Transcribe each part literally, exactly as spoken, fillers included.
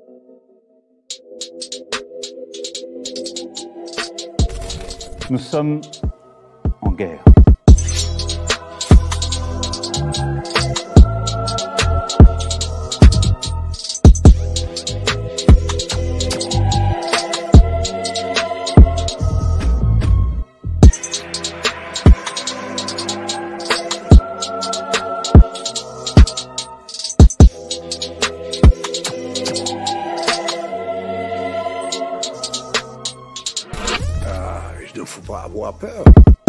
Nous sommes en guerre. Il ne faut pas avoir peur.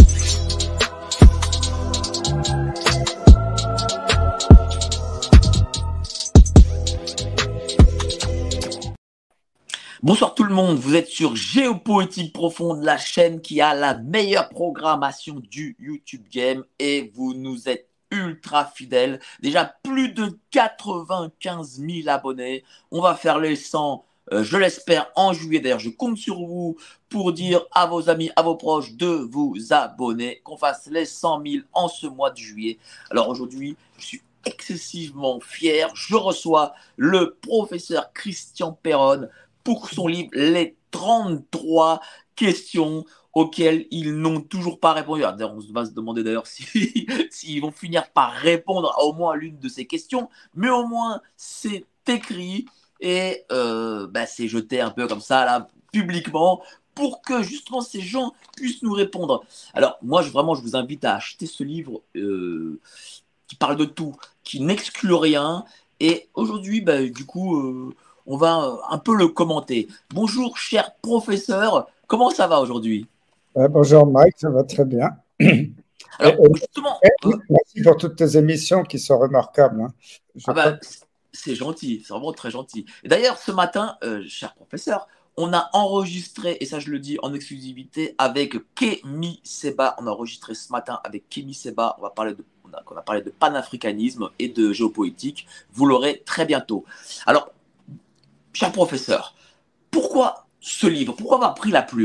Bonsoir tout le monde, vous êtes sur Géopolitique Profonde, la chaîne qui a la meilleure programmation du YouTube Game et vous nous êtes ultra fidèles. Déjà plus de quatre-vingt-quinze mille abonnés. On va faire les cent, euh, je l'espère, en juillet. D'ailleurs, je compte sur vous pour dire à vos amis, à vos proches de vous abonner, qu'on fasse les cent mille en ce mois de juillet. Alors aujourd'hui, je suis excessivement fier. Je reçois le professeur Christian Perron pour son livre Les trente-trois questions auxquelles ils n'ont toujours pas répondu. Alors, on va se demander d'ailleurs s'ils si, si vont finir par répondre à au moins l'une de ces questions, mais au moins c'est écrit et euh, bah, c'est jeté un peu comme ça là, publiquement, pour que justement ces gens puissent nous répondre. Alors moi, je, vraiment, je vous invite à acheter ce livre euh, qui parle de tout, qui n'exclut rien. Et aujourd'hui, bah, du coup... Euh, on va un peu le commenter. Bonjour, cher professeur. Comment ça va aujourd'hui ? euh, Bonjour, Mike. Ça va très bien. Alors, et, justement... Et, euh... Merci pour toutes tes émissions qui sont remarquables. Hein. Ah bah, c'est gentil. C'est vraiment très gentil. Et d'ailleurs, ce matin, euh, cher professeur, on a enregistré, et ça je le dis en exclusivité, avec Kémy Séba. On a enregistré ce matin avec Kémy Séba. On va parler de, on a, on a parlé de panafricanisme et de géopolitique. Vous l'aurez très bientôt. Alors, cher professeur, pourquoi ce livre ? Pourquoi avoir pris la plume ?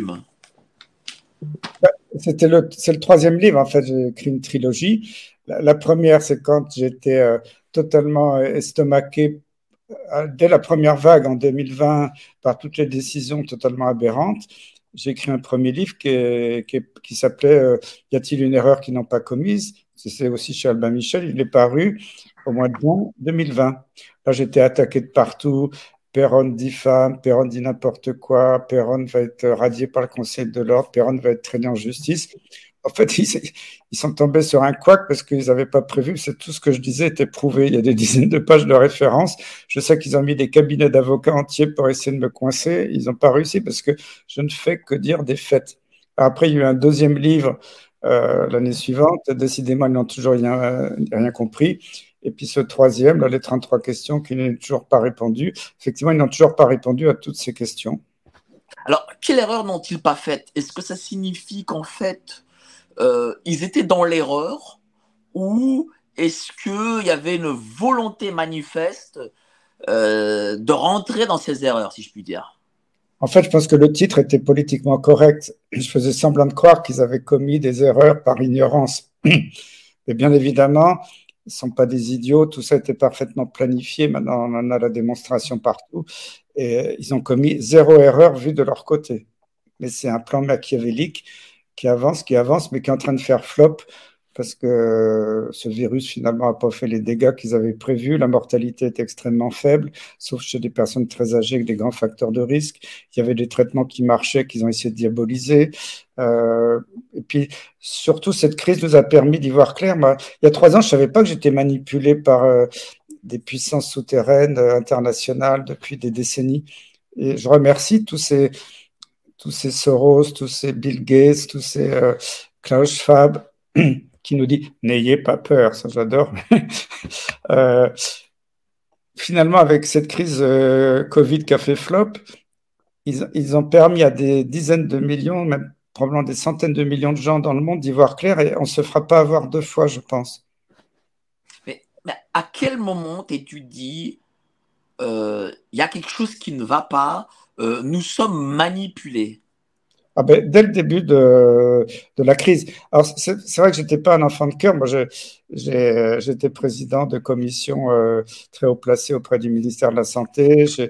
C'était le, c'est le troisième livre, en fait, j'ai écrit une trilogie. La, la première, c'est quand j'étais euh, totalement estomaqué euh, dès la première vague en deux mille vingt par toutes les décisions totalement aberrantes. J'ai écrit un premier livre qui, est, qui, est, qui s'appelait euh, « Y a-t-il une erreur qu'ils n'ont pas commise ?» C'est aussi chez Albin Michel, il est paru au mois de juin deux mille vingt. Là, j'étais attaqué de partout. Perron diffame, Perron dit n'importe quoi, Perron va être radié par le Conseil de l'ordre, Perron va être traîné en justice. En fait, ils, ils sont tombés sur un couac parce qu'ils n'avaient pas prévu, c'est tout ce que je disais était prouvé. Il y a des dizaines de pages de références. Je sais qu'ils ont mis des cabinets d'avocats entiers pour essayer de me coincer. Ils n'ont pas réussi parce que je ne fais que dire des faits. Après, il y a eu un deuxième livre euh, l'année suivante. Décidément, ils n'ont toujours rien, euh, rien compris. Et puis ce troisième, là, les trente-trois questions qui n'ont toujours pas répondu. Effectivement, ils n'ont toujours pas répondu à toutes ces questions. Alors, quelle erreur n'ont-ils pas faite ? Est-ce que ça signifie qu'en fait, euh, ils étaient dans l'erreur ou est-ce qu'il y avait une volonté manifeste euh, de rentrer dans ces erreurs, si je puis dire ? En fait, je pense que le titre était politiquement correct. Je faisais semblant de croire qu'ils avaient commis des erreurs par ignorance. Mais bien évidemment, ils ne sont pas des idiots, tout ça était parfaitement planifié, maintenant on en a la démonstration partout, et ils ont commis zéro erreur vue de leur côté. Mais c'est un plan machiavélique qui avance, qui avance, mais qui est en train de faire flop, parce que ce virus finalement n'a pas fait les dégâts qu'ils avaient prévus, la mortalité est extrêmement faible, sauf chez des personnes très âgées avec des grands facteurs de risque. Il y avait des traitements qui marchaient, qu'ils ont essayé de diaboliser. Euh, et puis, surtout, cette crise nous a permis d'y voir clair. Moi, il y a trois ans, je ne savais pas que j'étais manipulé par euh, des puissances souterraines euh, internationales depuis des décennies. Et je remercie tous ces, tous ces Soros, tous ces Bill Gates, tous ces euh, Klaus Schwab, qui nous dit « n'ayez pas peur », ça j'adore. euh, finalement, avec cette crise euh, Covid qui a fait flop, ils, ils ont permis à des dizaines de millions, même probablement des centaines de millions de gens dans le monde d'y voir clair, et on ne se fera pas avoir deux fois, je pense. Mais, mais à quel moment t'es-tu dit il euh, y a quelque chose qui ne va pas, euh, nous sommes manipulés? Ah ben, dès le début de, de la crise. Alors, c'est, c'est vrai que j'étais pas un enfant de cœur. Moi, j'ai, j'ai, j'étais président de commission euh, très haut placée auprès du ministère de la Santé. J'ai,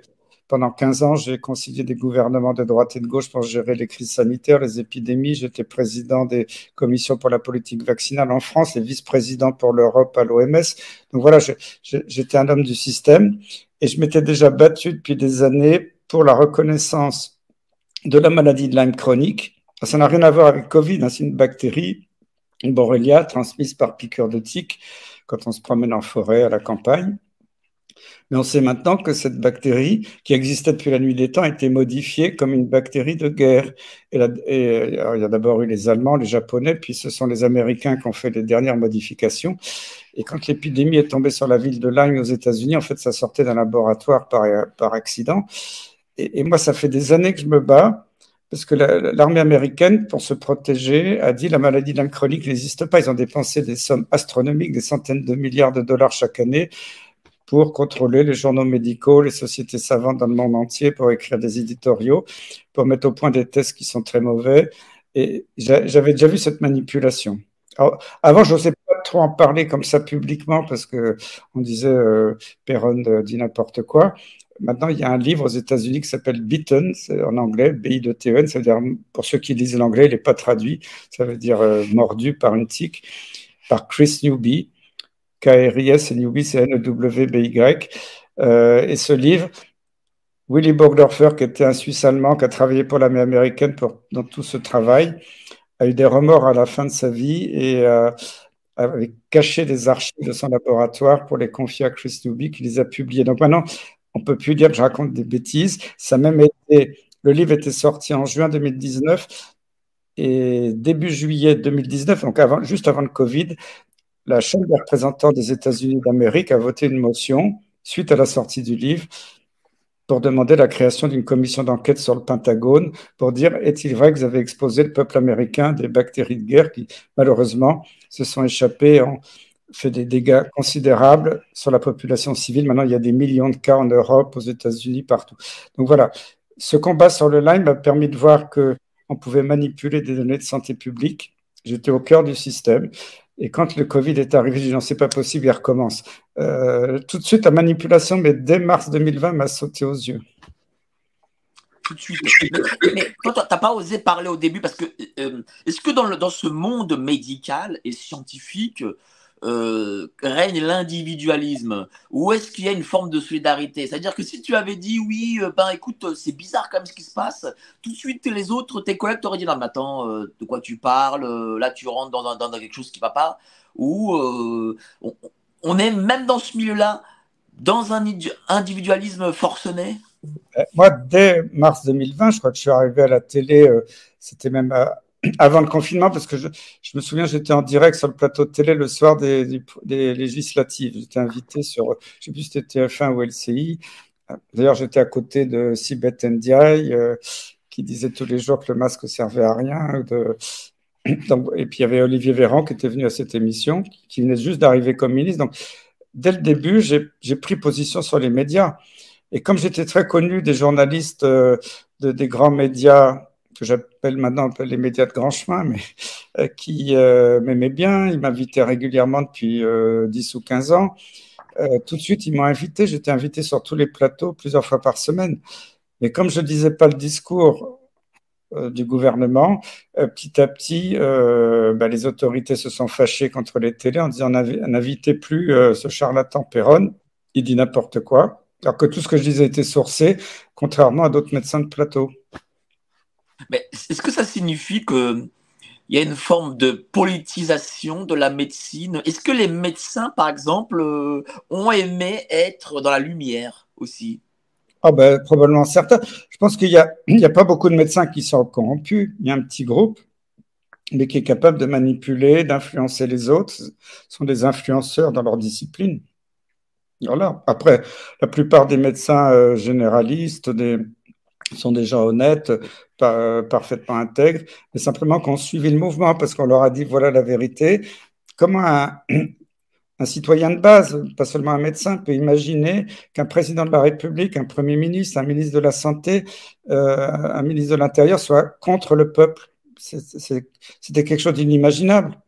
pendant quinze ans, j'ai concilié des gouvernements de droite et de gauche pour gérer les crises sanitaires, les épidémies. J'étais président des commissions pour la politique vaccinale en France et vice-président pour l'Europe à l'O M S. Donc voilà, je, je, j'étais un homme du système et je m'étais déjà battu depuis des années pour la reconnaissance de la maladie de Lyme chronique. Ça n'a rien à voir avec Covid, hein, c'est une bactérie, une Borrelia transmise par piqûre de tique quand on se promène en forêt, à la campagne. Mais on sait maintenant que cette bactérie, qui existait depuis la nuit des temps, a été modifiée comme une bactérie de guerre. Et, la, et alors, il y a d'abord eu les Allemands, les Japonais, puis ce sont les Américains qui ont fait les dernières modifications. Et quand l'épidémie est tombée sur la ville de Lyme aux États-Unis, en fait, ça sortait d'un laboratoire par, par accident. Et, et moi, ça fait des années que je me bats, parce que la, l'armée américaine, pour se protéger, a dit la maladie de Lyme chronique n'existe pas. Ils ont dépensé des sommes astronomiques, des centaines de milliards de dollars chaque année, pour contrôler les journaux médicaux, les sociétés savantes dans le monde entier, pour écrire des éditoriaux, pour mettre au point des tests qui sont très mauvais. Et j'avais déjà vu cette manipulation. Alors, avant, je n'osais pas trop en parler comme ça publiquement parce que on disait euh, Perron dit n'importe quoi. Maintenant, il y a un livre aux États-Unis qui s'appelle Bitten, c'est en anglais, B I T T E N, ça veut dire, pour ceux qui lisent l'anglais, il n'est pas traduit, ça veut dire euh, mordu par une tique, par Chris Newby, K R I S, et Newby, c'est N E W B Y. Euh, et ce livre, Willy Burgdorfer, qui était un Suisse allemand, qui a travaillé pour l'armée américaine pour, dans tout ce travail, a eu des remords à la fin de sa vie et euh, avait caché des archives de son laboratoire pour les confier à Chris Newby, qui les a publiés. Donc maintenant, on ne peut plus dire que je raconte des bêtises. Ça a même été, le livre était sorti en juin deux mille dix-neuf et début juillet deux mille dix-neuf, donc avant, juste avant le Covid, la Chambre des représentants des États-Unis d'Amérique a voté une motion suite à la sortie du livre pour demander la création d'une commission d'enquête sur le Pentagone pour dire est-il vrai que vous avez exposé le peuple américain à des bactéries de guerre qui malheureusement se sont échappées et ont fait des dégâts considérables sur la population civile. Maintenant, il y a des millions de cas en Europe, aux États-Unis, partout. Donc voilà, ce combat sur le Lyme m'a permis de voir qu'on pouvait manipuler des données de santé publique. J'étais au cœur du système. Et quand le Covid est arrivé, j'ai dit non, c'est pas possible, il recommence. Euh, tout de suite, la manipulation, mais dès mars deux mille vingt, m'a sauté aux yeux. Tout de suite. Mais, mais toi, tu n'as pas osé parler au début parce que euh, est-ce que dans, le, dans ce monde médical et scientifique, euh, règne l'individualisme ou est-ce qu'il y a une forme de solidarité? C'est-à-dire que si tu avais dit oui, euh, ben écoute, c'est bizarre quand même ce qui se passe, tout de suite les autres, tes collègues t'auraient dit non mais attends, euh, de quoi tu parles, euh, là tu rentres dans, dans, dans quelque chose qui ne va pas, ou euh, on, on est même dans ce milieu-là dans un individualisme forcené. Moi, dès mars deux mille vingt, je crois que je suis arrivé à la télé, euh, c'était même euh, avant le confinement, parce que je, je me souviens, j'étais en direct sur le plateau de télé le soir des, des, des législatives. J'étais invité sur, je ne sais plus si c'était T F un ou L C I. D'ailleurs, j'étais à côté de Sibeth Ndiaye, euh, qui disait tous les jours que le masque ne servait à rien. De... Donc, et puis, il y avait Olivier Véran qui était venu à cette émission, qui venait juste d'arriver comme ministre. Donc, dès le début, j'ai, j'ai pris position sur les médias. Et comme j'étais très connu des journalistes euh, de, des grands médias, que j'appelle maintenant les médias de grand chemin, mais euh, qui euh, m'aimaient bien, ils m'invitaient régulièrement depuis euh, dix ou quinze ans. Euh, tout de suite, ils m'ont invité. J'étais invité sur tous les plateaux plusieurs fois par semaine. Mais comme je ne disais pas le discours euh, du gouvernement, euh, petit à petit, euh, bah, les autorités se sont fâchées contre les télés en disant n'invitez plus euh, ce charlatan Perron, il dit n'importe quoi. Alors que tout ce que je disais était sourcé, contrairement à d'autres médecins de plateau. Mais est-ce que ça signifie qu'il y a une forme de politisation de la médecine? Est-ce que les médecins, par exemple, euh, ont aimé être dans la lumière aussi? Ah ben, probablement certains. Je pense qu'il n'y a, il y a pas beaucoup de médecins qui sont corrompus. Il y a un petit groupe, mais qui est capable de manipuler, d'influencer les autres. Ce sont des influenceurs dans leur discipline. Voilà. Après, la plupart des médecins euh, généralistes des, sont des gens honnêtes, par, parfaitement intègres, mais simplement qu'on suivi le mouvement parce qu'on leur a dit voilà la vérité. Comment un, un citoyen de base, pas seulement un médecin, peut imaginer qu'un président de la République, un Premier ministre, un ministre de la Santé, euh, un ministre de l'Intérieur soit contre le peuple? C'est, c'est, c'était quelque chose d'inimaginable.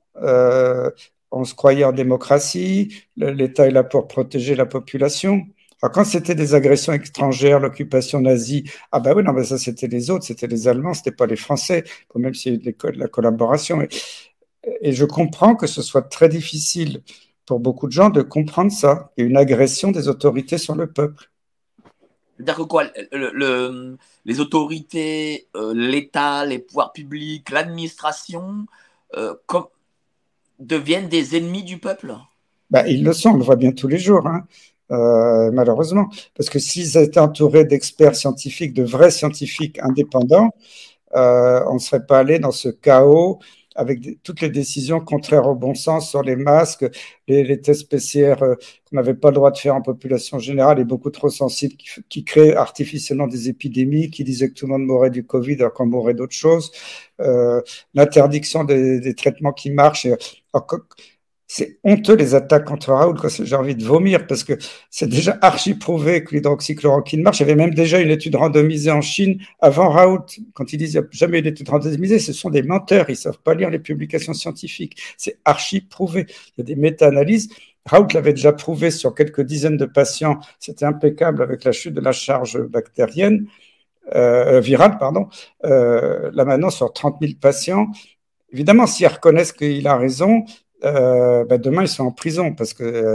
Euh, On se croyait en démocratie, l'État est là pour protéger la population. Alors, quand c'était des agressions étrangères, l'occupation nazie, ah ben oui, non, mais ça, c'était les autres, c'était les Allemands, c'était pas les Français, même s'il y a eu de la collaboration. Et, et je comprends que ce soit très difficile pour beaucoup de gens de comprendre ça, qu'il y a une agression des autorités sur le peuple. C'est-à-dire que quoi, le, le, les autorités, euh, l'État, les pouvoirs publics, l'administration, euh, comme, deviennent des ennemis du peuple? Ben, ils le sont, on le voit bien tous les jours, hein. Euh, malheureusement. Parce que s'ils étaient entourés d'experts scientifiques, de vrais scientifiques indépendants, euh, on ne serait pas allé dans ce chaos avec des, toutes les décisions contraires au bon sens sur les masques, les, les tests P C R euh, qu'on n'avait pas le droit de faire en population générale et beaucoup trop sensibles, qui, qui créent artificiellement des épidémies, qui disaient que tout le monde mourrait du Covid alors qu'on mourrait d'autres choses, euh, l'interdiction des, des traitements qui marchent. Et, alors, c'est honteux les attaques contre Raoult, j'ai envie de vomir parce que c'est déjà archi prouvé que l'hydroxychloroquine marche. Il y avait même déjà une étude randomisée en Chine avant Raoult. Quand ils disent qu'il n'y a jamais eu d'étude randomisée, ce sont des menteurs, ils ne savent pas lire les publications scientifiques. C'est archi prouvé. Il y a des méta-analyses. Raoult l'avait déjà prouvé sur quelques dizaines de patients. C'était impeccable avec la chute de la charge bactérienne, euh, virale, pardon. Euh, là maintenant, sur trente mille patients, évidemment, s'ils reconnaissent qu'il a raison, Euh, ben demain, ils sont en prison parce que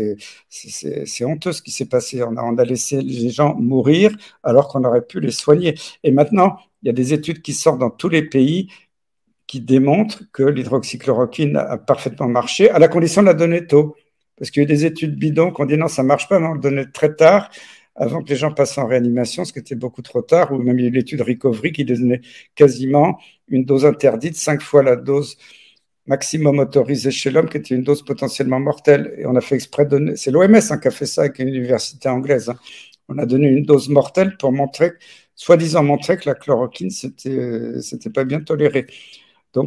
c'est honteux ce qui s'est passé. On a, on a laissé les gens mourir alors qu'on aurait pu les soigner. Et maintenant, il y a des études qui sortent dans tous les pays qui démontrent que l'hydroxychloroquine a parfaitement marché à la condition de la donner tôt. Parce qu'il y a eu des études bidons qui ont dit non, ça ne marche pas, mais on le donnait très tard avant que les gens passent en réanimation, ce qui était beaucoup trop tard, ou même il y a eu l'étude Recovery qui donnait quasiment une dose interdite, cinq fois la dose maximum autorisé chez l'homme, qui était une dose potentiellement mortelle. Et on a fait exprès de donner, c'est l'O M S hein, qui a fait ça avec une université anglaise. Hein. On a donné une dose mortelle pour montrer, soi-disant montrer que la chloroquine, c'était, c'était pas bien toléré. Donc,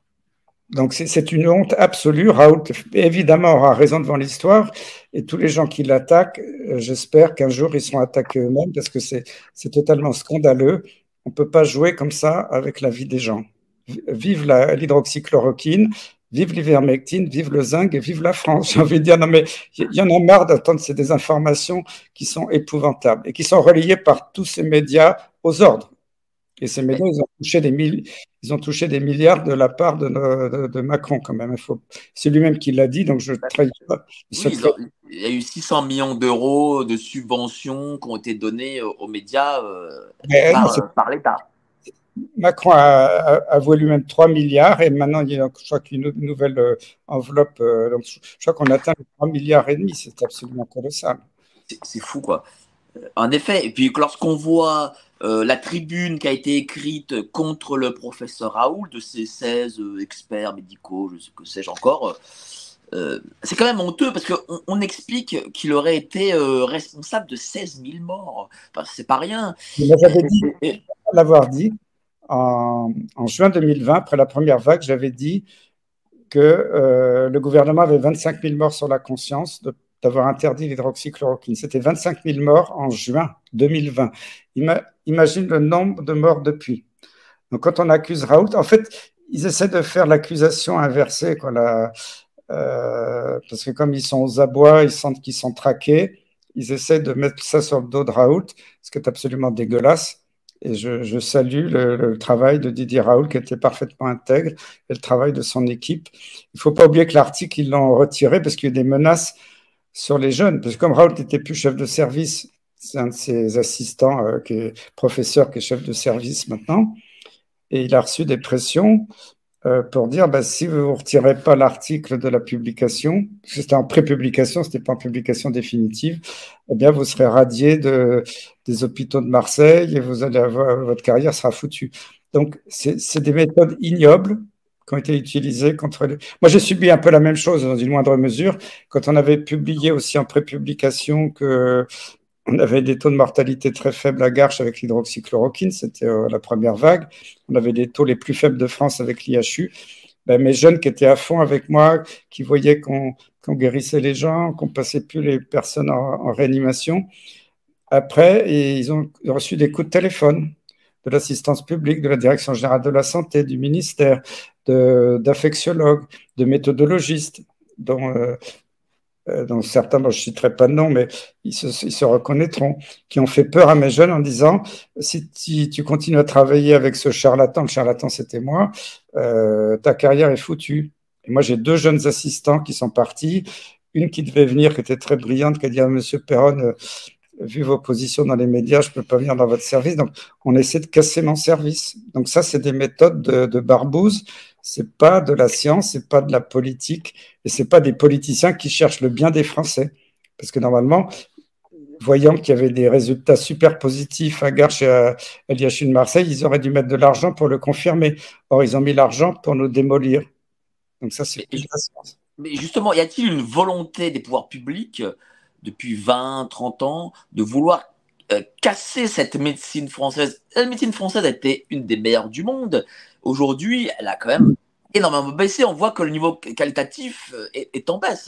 donc c'est, c'est une honte absolue. Raoult, évidemment, aura raison devant l'histoire. Et tous les gens qui l'attaquent, euh, j'espère qu'un jour, ils seront attaqués eux-mêmes parce que c'est, c'est totalement scandaleux. On ne peut pas jouer comme ça avec la vie des gens. Vive la, l'hydroxychloroquine, vive l'ivermectine, vive le zinc et vive la France. J'ai envie de dire, non mais il y en a marre d'entendre ces désinformations qui sont épouvantables et qui sont relayées par tous ces médias aux ordres. Et ces médias, ils ont touché des, mille, ils ont touché des milliards de la part de, de, de Macron quand même. Il faut, c'est lui-même qui l'a dit, donc je ne trahis pas. Oui, ont, il y a eu six cents millions d'euros de subventions qui ont été donnés aux médias euh, par, non, par l'État. Macron a, a, a avoué lui-même trois milliards et maintenant il y a, je crois qu'une nouvelle euh, enveloppe. Euh, donc je, je crois qu'on atteint les trois milliards et demi. C'est absolument colossal. C'est, c'est fou, quoi. En effet. Et puis lorsqu'on voit euh, la tribune qui a été écrite contre le professeur Raoult de ces seize euh, experts médicaux, je sais que sais-je encore, euh, c'est quand même honteux parce qu'on on explique qu'il aurait été euh, responsable de seize mille morts. Enfin, c'est pas rien. Moi, j'avais dit, et, l'avoir dit. En, en juin deux mille vingt, après la première vague, j'avais dit que euh, le gouvernement avait vingt-cinq mille morts sur la conscience de, d'avoir interdit l'hydroxychloroquine. C'était vingt-cinq mille morts en juin deux mille vingt. Ima, imagine le nombre de morts depuis. Donc, quand on accuse Raoult, en fait, ils essaient de faire l'accusation inversée, quoi, la, euh, parce que comme ils sont aux abois, ils sentent qu'ils sont traqués, ils essaient de mettre ça sur le dos de Raoult, ce qui est absolument dégueulasse. Et je, je salue le, le travail de Didier Raoult qui était parfaitement intègre et le travail de son équipe. Il ne faut pas oublier que l'article, ils l'ont retiré parce qu'il y a eu des menaces sur les jeunes. Parce que comme Raoult n'était plus chef de service, c'est un de ses assistants, euh, qui est professeur, qui est chef de service maintenant. Et il a reçu des pressions euh, pour dire, bah, si vous ne retirez pas l'article de la publication, parce que c'était en pré-publication, ce n'était pas en publication définitive, eh bien, vous serez radié de, des hôpitaux de Marseille et vous allez avoir, votre carrière sera foutue. Donc, c'est, c'est des méthodes ignobles qui ont été utilisées contre les... Moi, j'ai subi un peu la même chose dans une moindre mesure quand on avait publié aussi en pré-publication que on avait des taux de mortalité très faibles à Garches avec l'hydroxychloroquine, c'était euh, la première vague. On avait des taux les plus faibles de France avec l'I H U. Ben, mes jeunes qui étaient à fond avec moi, qui voyaient qu'on, qu'on guérissait les gens, qu'on passait plus les personnes en, en réanimation, après, et ils ont reçu des coups de téléphone de l'assistance publique, de la Direction générale de la santé, du ministère, de, d'infectiologues, de méthodologistes, dont... Euh, euh, dont certains, bon, je ne citerai pas de nom, mais ils se, ils se reconnaîtront, qui ont fait peur à mes jeunes en disant, si tu, tu continues à travailler avec ce charlatan, le charlatan c'était moi, euh, ta carrière est foutue. Et moi j'ai deux jeunes assistants qui sont partis, une qui devait venir, qui était très brillante, qui a dit à Monsieur Perron, euh, vu vos positions dans les médias, je ne peux pas venir dans votre service. Donc, on essaie de casser mon service. Donc, ça, c'est des méthodes de, de barbouze. C'est pas de la science, c'est pas de la politique, et c'est pas des politiciens qui cherchent le bien des Français. Parce que normalement, voyant qu'il y avait des résultats super positifs à Garches et à l'I H U de Marseille, ils auraient dû mettre de l'argent pour le confirmer. Or, ils ont mis l'argent pour nous démolir. Donc, ça, c'est plus de la science. Mais justement, y a-t-il une volonté des pouvoirs publics depuis vingt, trente ans de vouloir euh, casser cette médecine française? La médecine française a été une des meilleures du monde. Aujourd'hui, elle a quand même énormément baissé. On voit que le niveau qualitatif est, est en baisse.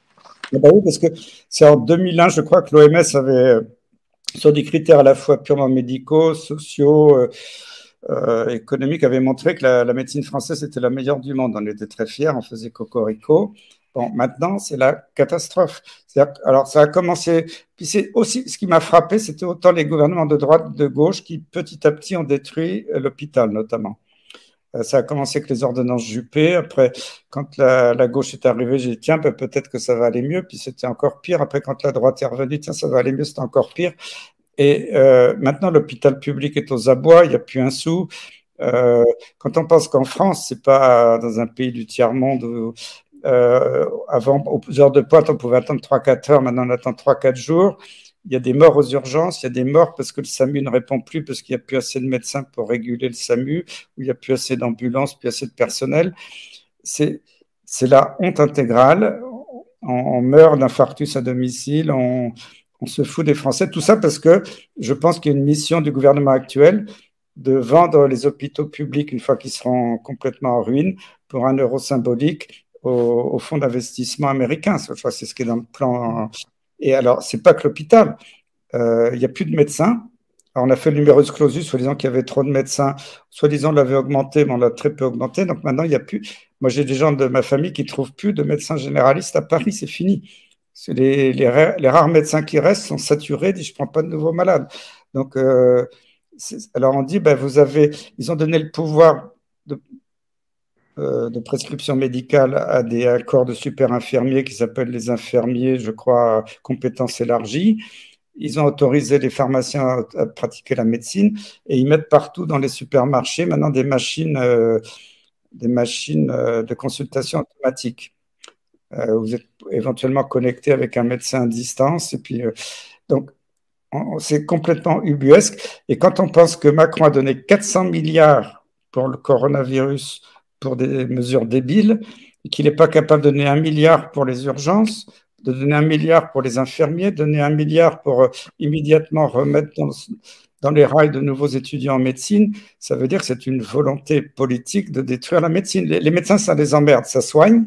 Ah bah oui, parce que c'est en deux mille un, je crois, que l'O M S avait, sur des critères à la fois purement médicaux, sociaux, euh, euh, économiques, avait montré que la, la médecine française était la meilleure du monde. On était très fiers, on faisait cocorico. Bon, maintenant, c'est la catastrophe. C'est-à-dire, alors, ça a commencé. Puis, c'est aussi ce qui m'a frappé, c'était autant les gouvernements de droite, de gauche, qui petit à petit ont détruit l'hôpital, notamment. Euh, ça a commencé avec les ordonnances Juppé. Après, quand la, la gauche est arrivée, j'ai dit tiens, ben, peut-être que ça va aller mieux. Puis c'était encore pire. Après, quand la droite est revenue, tiens, ça va aller mieux, c'était encore pire. Et euh, maintenant, l'hôpital public est aux abois. Il n'y a plus un sou. Euh, quand on pense qu'en France, c'est pas dans un pays du tiers-monde où Euh, avant, aux heures de pointe, on pouvait attendre trois quatre heures. Maintenant, on attend trois quatre jours. Il y a des morts aux urgences. Il y a des morts parce que le SAMU ne répond plus, parce qu'il n'y a plus assez de médecins pour réguler le SAMU, où il n'y a plus assez d'ambulances, plus assez de personnel. C'est, c'est la honte intégrale. On, on meurt d'infarctus à domicile. On, on se fout des Français. Tout ça parce que je pense qu'il y a une mission du gouvernement actuel de vendre les hôpitaux publics une fois qu'ils seront complètement en ruine pour un euro symbolique Au, au fonds d'investissement américain. Je crois que c'est ce qui est dans le plan. Et alors, c'est pas que l'hôpital. Euh, il n'y a plus de médecins. Alors, on a fait le numerus clausus, soi-disant qu'il y avait trop de médecins. Soi-disant, on l'avait augmenté, mais on l'a très peu augmenté. Donc maintenant, il n'y a plus. Moi, j'ai des gens de ma famille qui ne trouvent plus de médecins généralistes à Paris. C'est fini. C'est les, les, rares, les rares médecins qui restent sont saturés. Disent, je ne prends pas de nouveaux malades. Donc, euh, alors on dit, ben, vous avez. Ils ont donné le pouvoir de. de prescription médicale à des corps de super infirmiers qui s'appellent les infirmiers, je crois, compétences élargies. Ils ont autorisé les pharmaciens à pratiquer la médecine et ils mettent partout dans les supermarchés maintenant des machines, euh, des machines euh, de consultation automatique. Euh, vous êtes éventuellement connecté avec un médecin à distance et puis euh, donc on, c'est complètement ubuesque. Et quand on pense que Macron a donné quatre cents milliards pour le coronavirus pour des mesures débiles, et qu'il n'est pas capable de donner un milliard pour les urgences, de donner un milliard pour les infirmiers, de donner un milliard pour euh, immédiatement remettre dans, dans les rails de nouveaux étudiants en médecine, ça veut dire que c'est une volonté politique de détruire la médecine. Les, les médecins, ça les emmerde, ça soigne,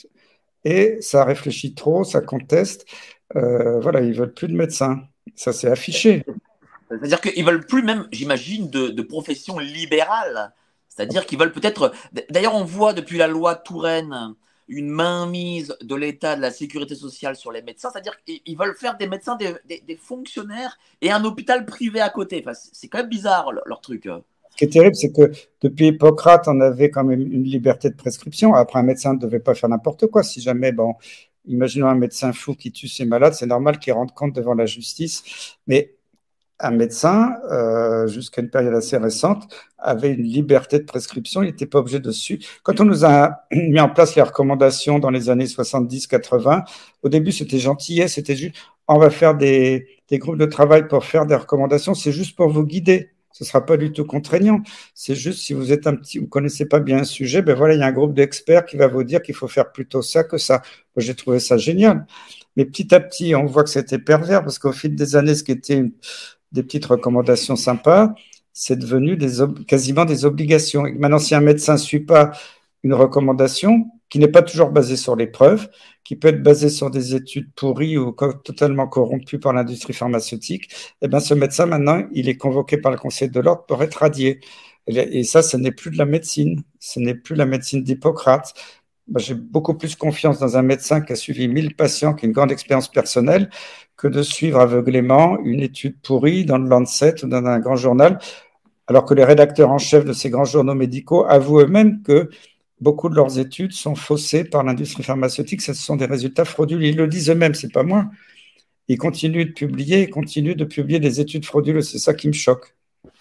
et ça réfléchit trop, ça conteste. Euh, voilà, ils ne veulent plus de médecins. Ça, c'est affiché. C'est-à-dire qu'ils ne veulent plus même, j'imagine, de, de profession libérale. C'est-à-dire qu'ils veulent peut-être… D'ailleurs, on voit depuis la loi Touraine une mainmise de l'État, de la sécurité sociale sur les médecins. C'est-à-dire qu'ils veulent faire des médecins des, des, des fonctionnaires et un hôpital privé à côté. Enfin, c'est quand même bizarre, leur, leur truc. Ce qui est terrible, c'est que depuis Hippocrate, on avait quand même une liberté de prescription. Après, un médecin ne devait pas faire n'importe quoi. Si jamais, bon, imaginons un médecin fou qui tue ses malades, c'est normal qu'il rende compte devant la justice. Mais un médecin, euh, jusqu'à une période assez récente, avait une liberté de prescription, il n'était pas obligé de suivre. Quand on nous a mis en place les recommandations dans les années soixante-dix quatre-vingts, au début c'était gentillet, c'était juste, on va faire des, des groupes de travail pour faire des recommandations, c'est juste pour vous guider. Ce ne sera pas du tout contraignant. C'est juste si vous êtes un petit, vous connaissez pas bien un sujet, ben voilà, il y a un groupe d'experts qui va vous dire qu'il faut faire plutôt ça que ça. Moi, j'ai trouvé ça génial. Mais petit à petit, on voit que c'était pervers parce qu'au fil des années, ce qui était une, des petites recommandations sympas, c'est devenu des ob- quasiment des obligations. Et maintenant, si un médecin ne suit pas une recommandation, qui n'est pas toujours basée sur les preuves, qui peut être basée sur des études pourries ou co- totalement corrompues par l'industrie pharmaceutique, eh bien, ce médecin, maintenant, il est convoqué par le Conseil de l'ordre pour être radié. Et, et ça, ce n'est plus de la médecine. Ce n'est plus la médecine d'Hippocrate. Bah, j'ai beaucoup plus confiance dans un médecin qui a suivi mille patients, qui a une grande expérience personnelle, que de suivre aveuglément une étude pourrie dans le Lancet ou dans un grand journal, alors que les rédacteurs en chef de ces grands journaux médicaux avouent eux-mêmes que beaucoup de leurs études sont faussées par l'industrie pharmaceutique. Ce sont des résultats frauduleux. Ils le disent eux-mêmes, c'est pas moi. Ils continuent de publier, ils continuent de publier des études frauduleuses. C'est ça qui me choque.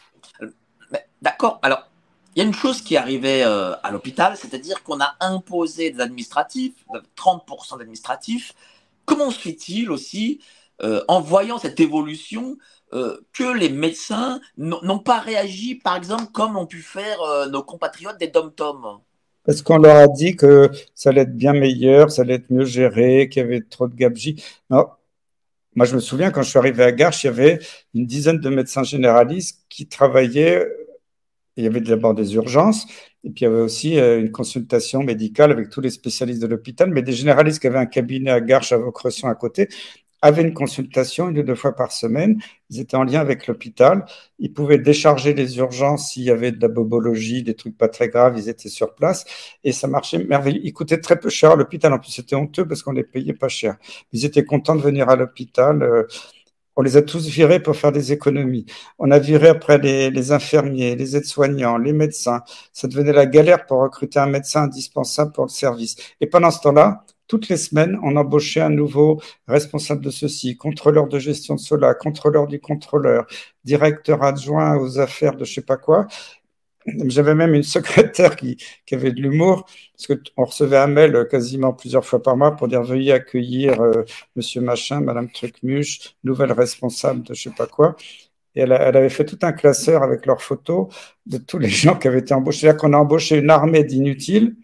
D'accord. Alors, il y a une chose qui arrivait euh, à l'hôpital, c'est-à-dire qu'on a imposé des administratifs, trente pour cent d'administratifs. Comment se fait-il aussi, euh, en voyant cette évolution, euh, que les médecins n'ont pas réagi, par exemple, comme ont pu faire euh, nos compatriotes des dom-toms? Parce qu'on leur a dit que ça allait être bien meilleur, ça allait être mieux géré, qu'il y avait trop de gabegies. Non. Moi, je me souviens, quand je suis arrivé à Garches, il y avait une dizaine de médecins généralistes qui travaillaient. Il y avait d'abord des urgences, et puis il y avait aussi une consultation médicale avec tous les spécialistes de l'hôpital, mais des généralistes qui avaient un cabinet à Garches, à Vaucresson à côté, avaient une consultation une ou deux fois par semaine. Ils étaient en lien avec l'hôpital. Ils pouvaient décharger les urgences s'il y avait de la bobologie, des trucs pas très graves. Ils étaient sur place et ça marchait merveilleux. Ils coûtaient très peu cher à l'hôpital. En plus, c'était honteux parce qu'on les payait pas cher. Ils étaient contents de venir à l'hôpital. Euh, On les a tous virés pour faire des économies. On a viré après les, les infirmiers, les aides-soignants, les médecins. Ça devenait la galère pour recruter un médecin indispensable pour le service. Et pendant ce temps-là, toutes les semaines, on embauchait un nouveau responsable de ceci, contrôleur de gestion de cela, contrôleur du contrôleur, directeur adjoint aux affaires de je sais pas quoi. J'avais même une secrétaire qui, qui avait de l'humour, parce qu'on recevait un mail quasiment plusieurs fois par mois pour dire veuillez accueillir euh, monsieur machin, madame Trucmuche, nouvelle responsable de je sais pas quoi. Et elle, a, elle avait fait tout un classeur avec leurs photos de tous les gens qui avaient été embauchés. C'est-à-dire qu'on a embauché une armée d'inutiles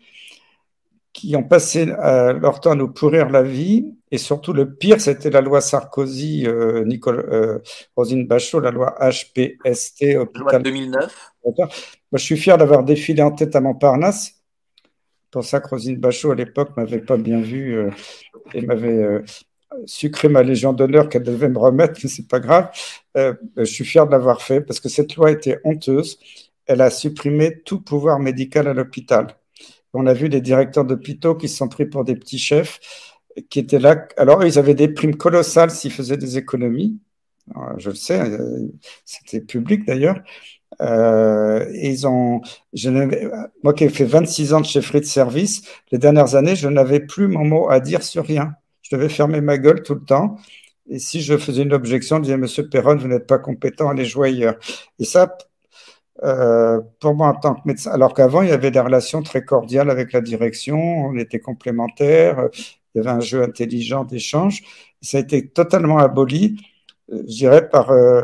qui ont passé euh, leur temps à nous pourrir la vie. Et surtout, le pire, c'était la loi Sarkozy, euh, Nicole, euh, Roselyne Bachelot, la loi H P S T, hôpital. Loi de deux mille neuf. Moi, je suis fier d'avoir défilé en tête à Montparnasse. Pour ça que Roselyne Bachelot, à l'époque, m'avait pas bien vu euh, et m'avait euh, sucré ma Légion d'honneur qu'elle devait me remettre, mais c'est pas grave. Euh, je suis fier de l'avoir fait parce que cette loi était honteuse. Elle a supprimé tout pouvoir médical à l'hôpital. On a vu des directeurs d'hôpitaux qui se sont pris pour des petits chefs qui étaient là. Alors, ils avaient des primes colossales s'ils faisaient des économies. Alors, je le sais, c'était public d'ailleurs. Euh, et ils ont, je moi qui ai fait vingt-six ans de chefferie de service, les dernières années, je n'avais plus mon mot à dire sur rien. Je devais fermer ma gueule tout le temps. Et si je faisais une objection, je disais, Monsieur Perron, vous n'êtes pas compétent, allez jouer ailleurs. Et ça, euh, pour moi en tant que médecin, alors qu'avant, il y avait des relations très cordiales avec la direction, on était complémentaires, il y avait un jeu intelligent d'échange. Ça a été totalement aboli, je dirais, par euh,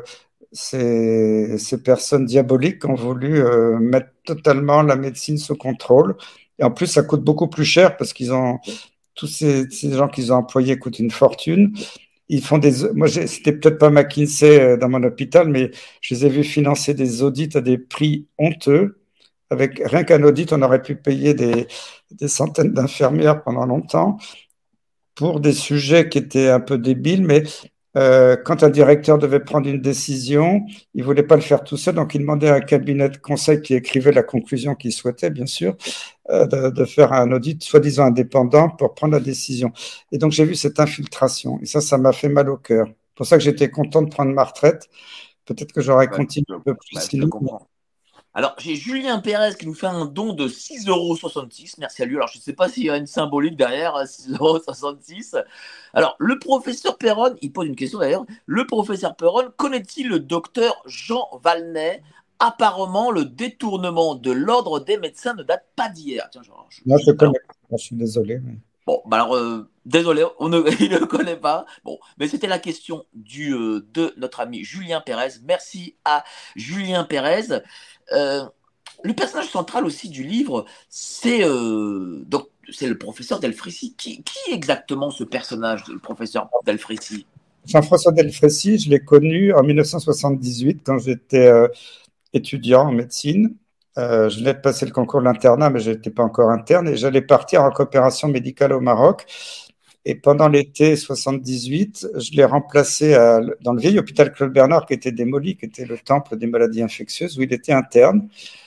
ces, ces personnes diaboliques qui ont voulu euh, mettre totalement la médecine sous contrôle. Et en plus, ça coûte beaucoup plus cher parce qu'ils ont tous ces, ces gens qu'ils ont employés coûtent une fortune. Ils font des, moi, c'était peut-être pas McKinsey dans mon hôpital, mais je les ai vus financer des audits à des prix honteux. Avec rien qu'un audit, on aurait pu payer des, des centaines d'infirmières pendant longtemps pour des sujets qui étaient un peu débiles, mais euh, quand un directeur devait prendre une décision, il voulait pas le faire tout seul, donc il demandait à un cabinet de conseil qui écrivait la conclusion qu'il souhaitait, bien sûr, euh, de, de faire un audit soi-disant indépendant pour prendre la décision. Et donc j'ai vu cette infiltration, et ça, ça m'a fait mal au cœur. C'est pour ça que j'étais content de prendre ma retraite. Peut-être que j'aurais ouais, continué un peu plus. Ouais, sinon, alors, j'ai Julien Pérez qui nous fait un don de six euros soixante-six. Merci à lui. Alors, je ne sais pas s'il y a une symbolique derrière, six euros soixante-six. Alors, le professeur Perron, il pose une question d'ailleurs. Le professeur Perron, connaît-il le docteur Jean Valnet? Apparemment, le détournement de l'ordre des médecins ne date pas d'hier. Tiens, genre, je, non, je connais. Alors, je suis désolé. Mais... Bon, bah alors, euh, désolé, on ne, il ne le connaît pas. Bon, mais c'était la question du, euh, de notre ami Julien Pérez. Merci à Julien Pérez. Euh, le personnage central aussi du livre, c'est euh, donc c'est le professeur Delfrécy. Qui, qui est exactement ce personnage, le professeur Delfrécy? Jean-François Delfrécy, je l'ai connu en mille neuf cent soixante-dix-huit quand j'étais euh, étudiant en médecine. Euh, je venais de passer le concours de l'internat, mais je n'étais pas encore interne et j'allais partir en coopération médicale au Maroc. Et pendant l'été soixante-dix-huit, je l'ai remplacé à, dans le vieil hôpital Claude Bernard qui était démoli, qui était le temple des maladies infectieuses, où il était interne.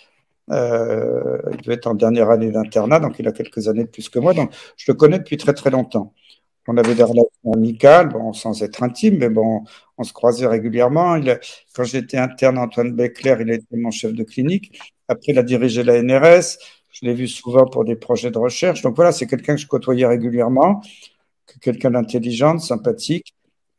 Euh, il devait être en dernière année d'internat, donc il a quelques années de plus que moi. Donc, je le connais depuis très très longtemps. On avait des relations amicales, bon, sans être intime, mais bon, on se croisait régulièrement. Il a- quand j'étais interne, Antoine Becler, il était mon chef de clinique. Après, il a dirigé la N R S. Je l'ai vu souvent pour des projets de recherche. Donc voilà, c'est quelqu'un que je côtoyais régulièrement, quelqu'un d'intelligent, de sympathique,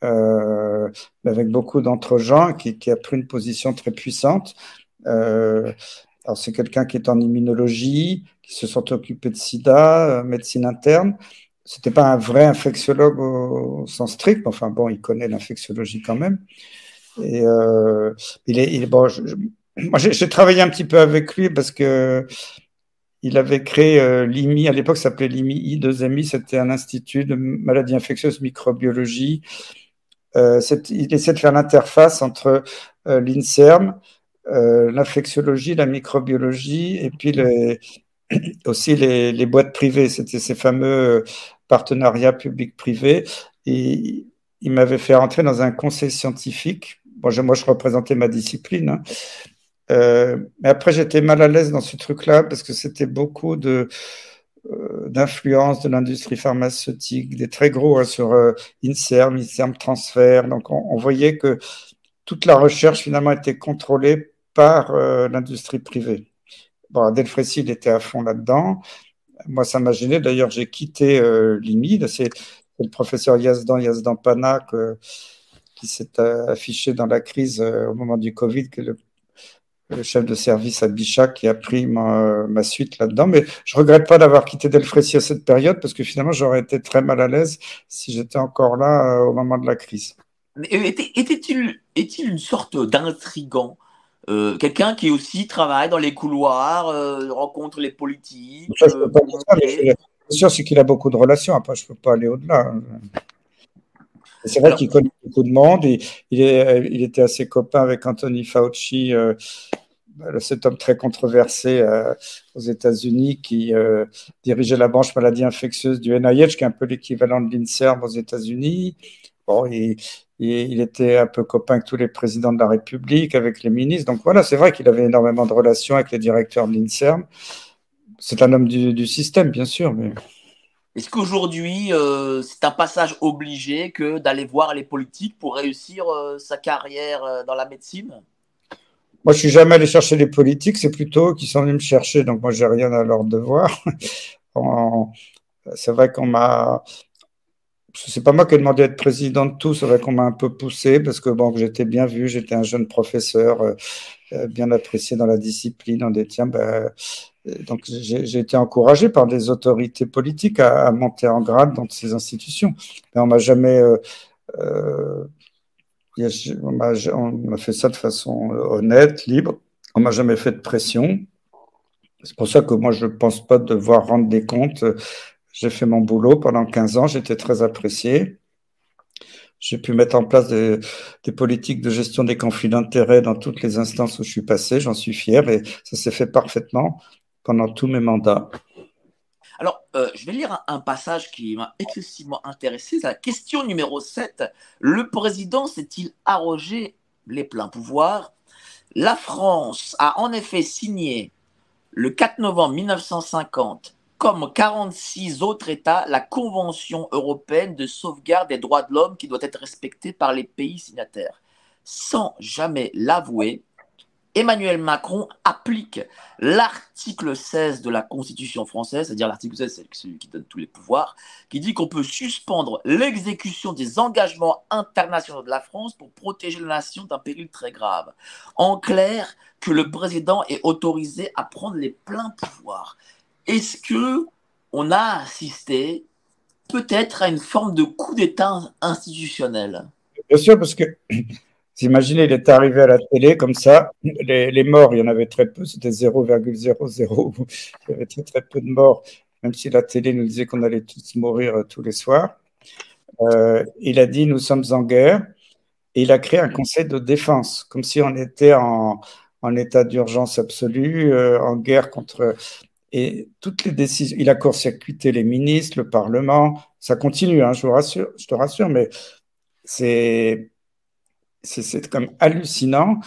euh, avec beaucoup d'entre-gens, qui, qui a pris une position très puissante. Euh, alors, c'est quelqu'un qui est en immunologie, qui se sont occupés de sida, euh, médecine interne. C'était pas un vrai infectiologue au, au sens strict, mais enfin bon, il connaît l'infectiologie quand même. Et euh, il est, il est bon. Je, je, moi, j'ai, j'ai travaillé un petit peu avec lui parce que il avait créé euh, l'I M I, à l'époque, ça s'appelait l'I M I I deux M I, c'était un institut de maladies infectieuses, microbiologie. Euh, c'est, il essaie de faire l'interface entre euh, l'INSERM, euh, l'infectiologie, la microbiologie, et puis les, aussi les, les boîtes privées. C'était ces fameux partenariats public-privé. Et il m'avait fait rentrer dans un conseil scientifique. Bon, je, moi, je représentais ma discipline, hein. Euh, mais après, j'étais mal à l'aise dans ce truc-là parce que c'était beaucoup de euh, d'influence de l'industrie pharmaceutique, des très gros, hein, sur euh, INSERM, INSERM Transfer. Donc, on, on voyait que toute la recherche finalement était contrôlée par euh, l'industrie privée. Bon, Delfrécy, il était à fond là-dedans. Moi, ça m'a gêné. D'ailleurs, j'ai quitté euh, l'I M I. C'est, c'est le professeur Yazdan, Yazdan Panak, euh, qui s'est euh, affiché dans la crise euh, au moment du Covid, que le, le chef de service à Bichat, qui a pris ma, ma suite là-dedans. Mais je regrette pas d'avoir quitté Delfrécy à cette période, parce que finalement, j'aurais été très mal à l'aise si j'étais encore là euh, au moment de la crise. Mais était- était-il est-il une sorte d'intrigant? Euh, quelqu'un qui aussi travaille dans les couloirs, euh, rencontre les politiques, Ça, je peux euh, pas pour dire ça, mais montrer. c'est c'est sûr, c'est qu'il a beaucoup de relations. Après, je peux pas aller au-delà. Et c'est vrai Alors, qu'il connaît beaucoup de monde. Et il, est, il était assez copain avec Anthony Fauci, euh, cet homme très controversé euh, aux États-Unis qui euh, dirigeait la branche maladie infectieuse du N I H, qui est un peu l'équivalent de l'INSERM aux États-Unis. Bon, il, il, il était un peu copain avec tous les présidents de la République, avec les ministres. Donc voilà, c'est vrai qu'il avait énormément de relations avec les directeurs de l'INSERM. C'est un homme du, du système, bien sûr, mais est-ce qu'aujourd'hui, euh, c'est un passage obligé que d'aller voir les politiques pour réussir euh, sa carrière euh, dans la médecine? moi, je suis jamais allé chercher les politiques, c'est plutôt eux qui sont venus me chercher. Donc moi, j'ai rien à leur devoir. En- C'est vrai qu'on m'a, c'est pas moi qui ai demandé d'être président de tout, c'est vrai qu'on m'a un peu poussé parce que bon, que j'étais bien vu, j'étais un jeune professeur euh, euh, bien apprécié dans la discipline. On dit tiens, ben, euh, donc j'ai j'ai été encouragé par des autorités politiques à, à monter en grade dans ces institutions. Mais on m'a jamais, euh, euh, il y a- on m'a on m'a fait ça de façon euh, honnête, libre. On m'a jamais fait de pression. C'est pour ça que moi, je pense pas devoir rendre des comptes. J'ai fait mon boulot pendant quinze ans, j'étais très apprécié. J'ai pu mettre en place des, des politiques de gestion des conflits d'intérêts dans toutes les instances où je suis passé, j'en suis fier et ça s'est fait parfaitement pendant tous mes mandats. Alors, euh, je vais lire un, un passage qui m'a excessivement intéressé. C'est la question numéro sept. Le président s'est-il arrogé les pleins pouvoirs? La France a en effet signé le quatre novembre mille neuf cent cinquante, comme quarante-six autres États, la Convention européenne de sauvegarde des droits de l'homme qui doit être respectée par les pays signataires. Sans jamais l'avouer, Emmanuel Macron applique l'article seize de la Constitution française, c'est-à-dire l'article seize, c'est celui qui donne tous les pouvoirs, qui dit qu'on peut suspendre l'exécution des engagements internationaux de la France pour protéger la nation d'un péril très grave. En clair, que le président est autorisé à prendre les pleins pouvoirs. Est-ce que on a assisté peut-être à une forme de coup d'État institutionnel? Bien sûr, parce que vous imaginez, il est arrivé à la télé comme ça, les, les morts, il y en avait très peu, c'était zéro virgule zéro zéro, il y avait très très peu de morts, même si la télé nous disait qu'on allait tous mourir euh, tous les soirs. Euh, il a dit nous sommes en guerre et il a créé un conseil de défense, comme si on était en, en état d'urgence absolue, euh, en guerre contre. Et toutes les décisions, il a court-circuité les ministres, le Parlement, ça continue, hein, je vous rassure, je te rassure, mais c'est c'est c'est quand même hallucinant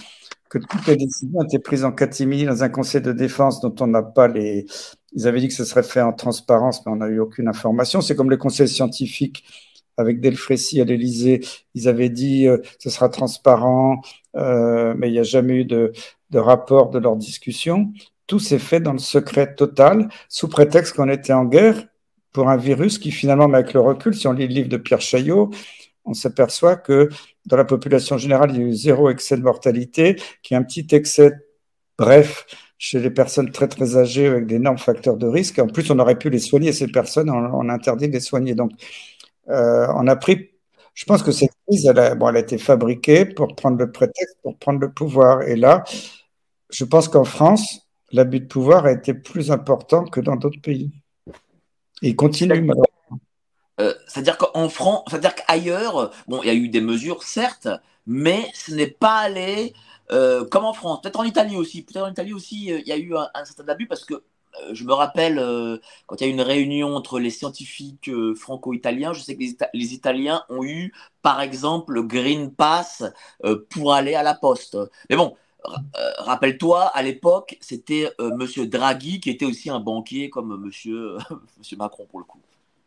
que toutes les décisions étaient prises en catimini dans un conseil de défense dont on n'a pas les… Ils avaient dit que ce serait fait en transparence, mais on n'a eu aucune information. C'est comme les conseils scientifiques avec Delfrécy à l'Élysée. Ils avaient dit euh, ce sera transparent, euh, mais il n'y a jamais eu de, de rapport de leur discussion. Tout s'est fait dans le secret total, sous prétexte qu'on était en guerre pour un virus qui finalement, avec le recul, si on lit le livre de Pierre Chaillot, on s'aperçoit que dans la population générale, il y a eu zéro excès de mortalité, qu'il y a un petit excès, bref, chez les personnes très très âgées avec d'énormes facteurs de risque. En plus, on aurait pu les soigner, ces personnes, on, on a interdit de les soigner. Donc, euh, on a pris… Je pense que cette crise, elle a, bon, elle a été fabriquée pour prendre le prétexte, pour prendre le pouvoir. Et là, je pense qu'en France, l'abus de pouvoir a été plus important que dans d'autres pays. Et il continue malheureusement. Euh, c'est-à-dire qu'en France, c'est-à-dire qu'ailleurs, bon, il y a eu des mesures, certes, mais ce n'est pas allé euh, comme en France. Peut-être en Italie aussi. Peut-être en Italie aussi, euh, il y a eu un, un certain abus parce que euh, je me rappelle euh, quand il y a eu une réunion entre les scientifiques euh, franco-italiens, je sais que les, Ita- les Italiens ont eu, par exemple, le Green Pass euh, pour aller à la poste. Mais bon. Euh, rappelle-toi, à l'époque, c'était euh, Monsieur Draghi qui était aussi un banquier comme Monsieur, Monsieur Macron pour le coup.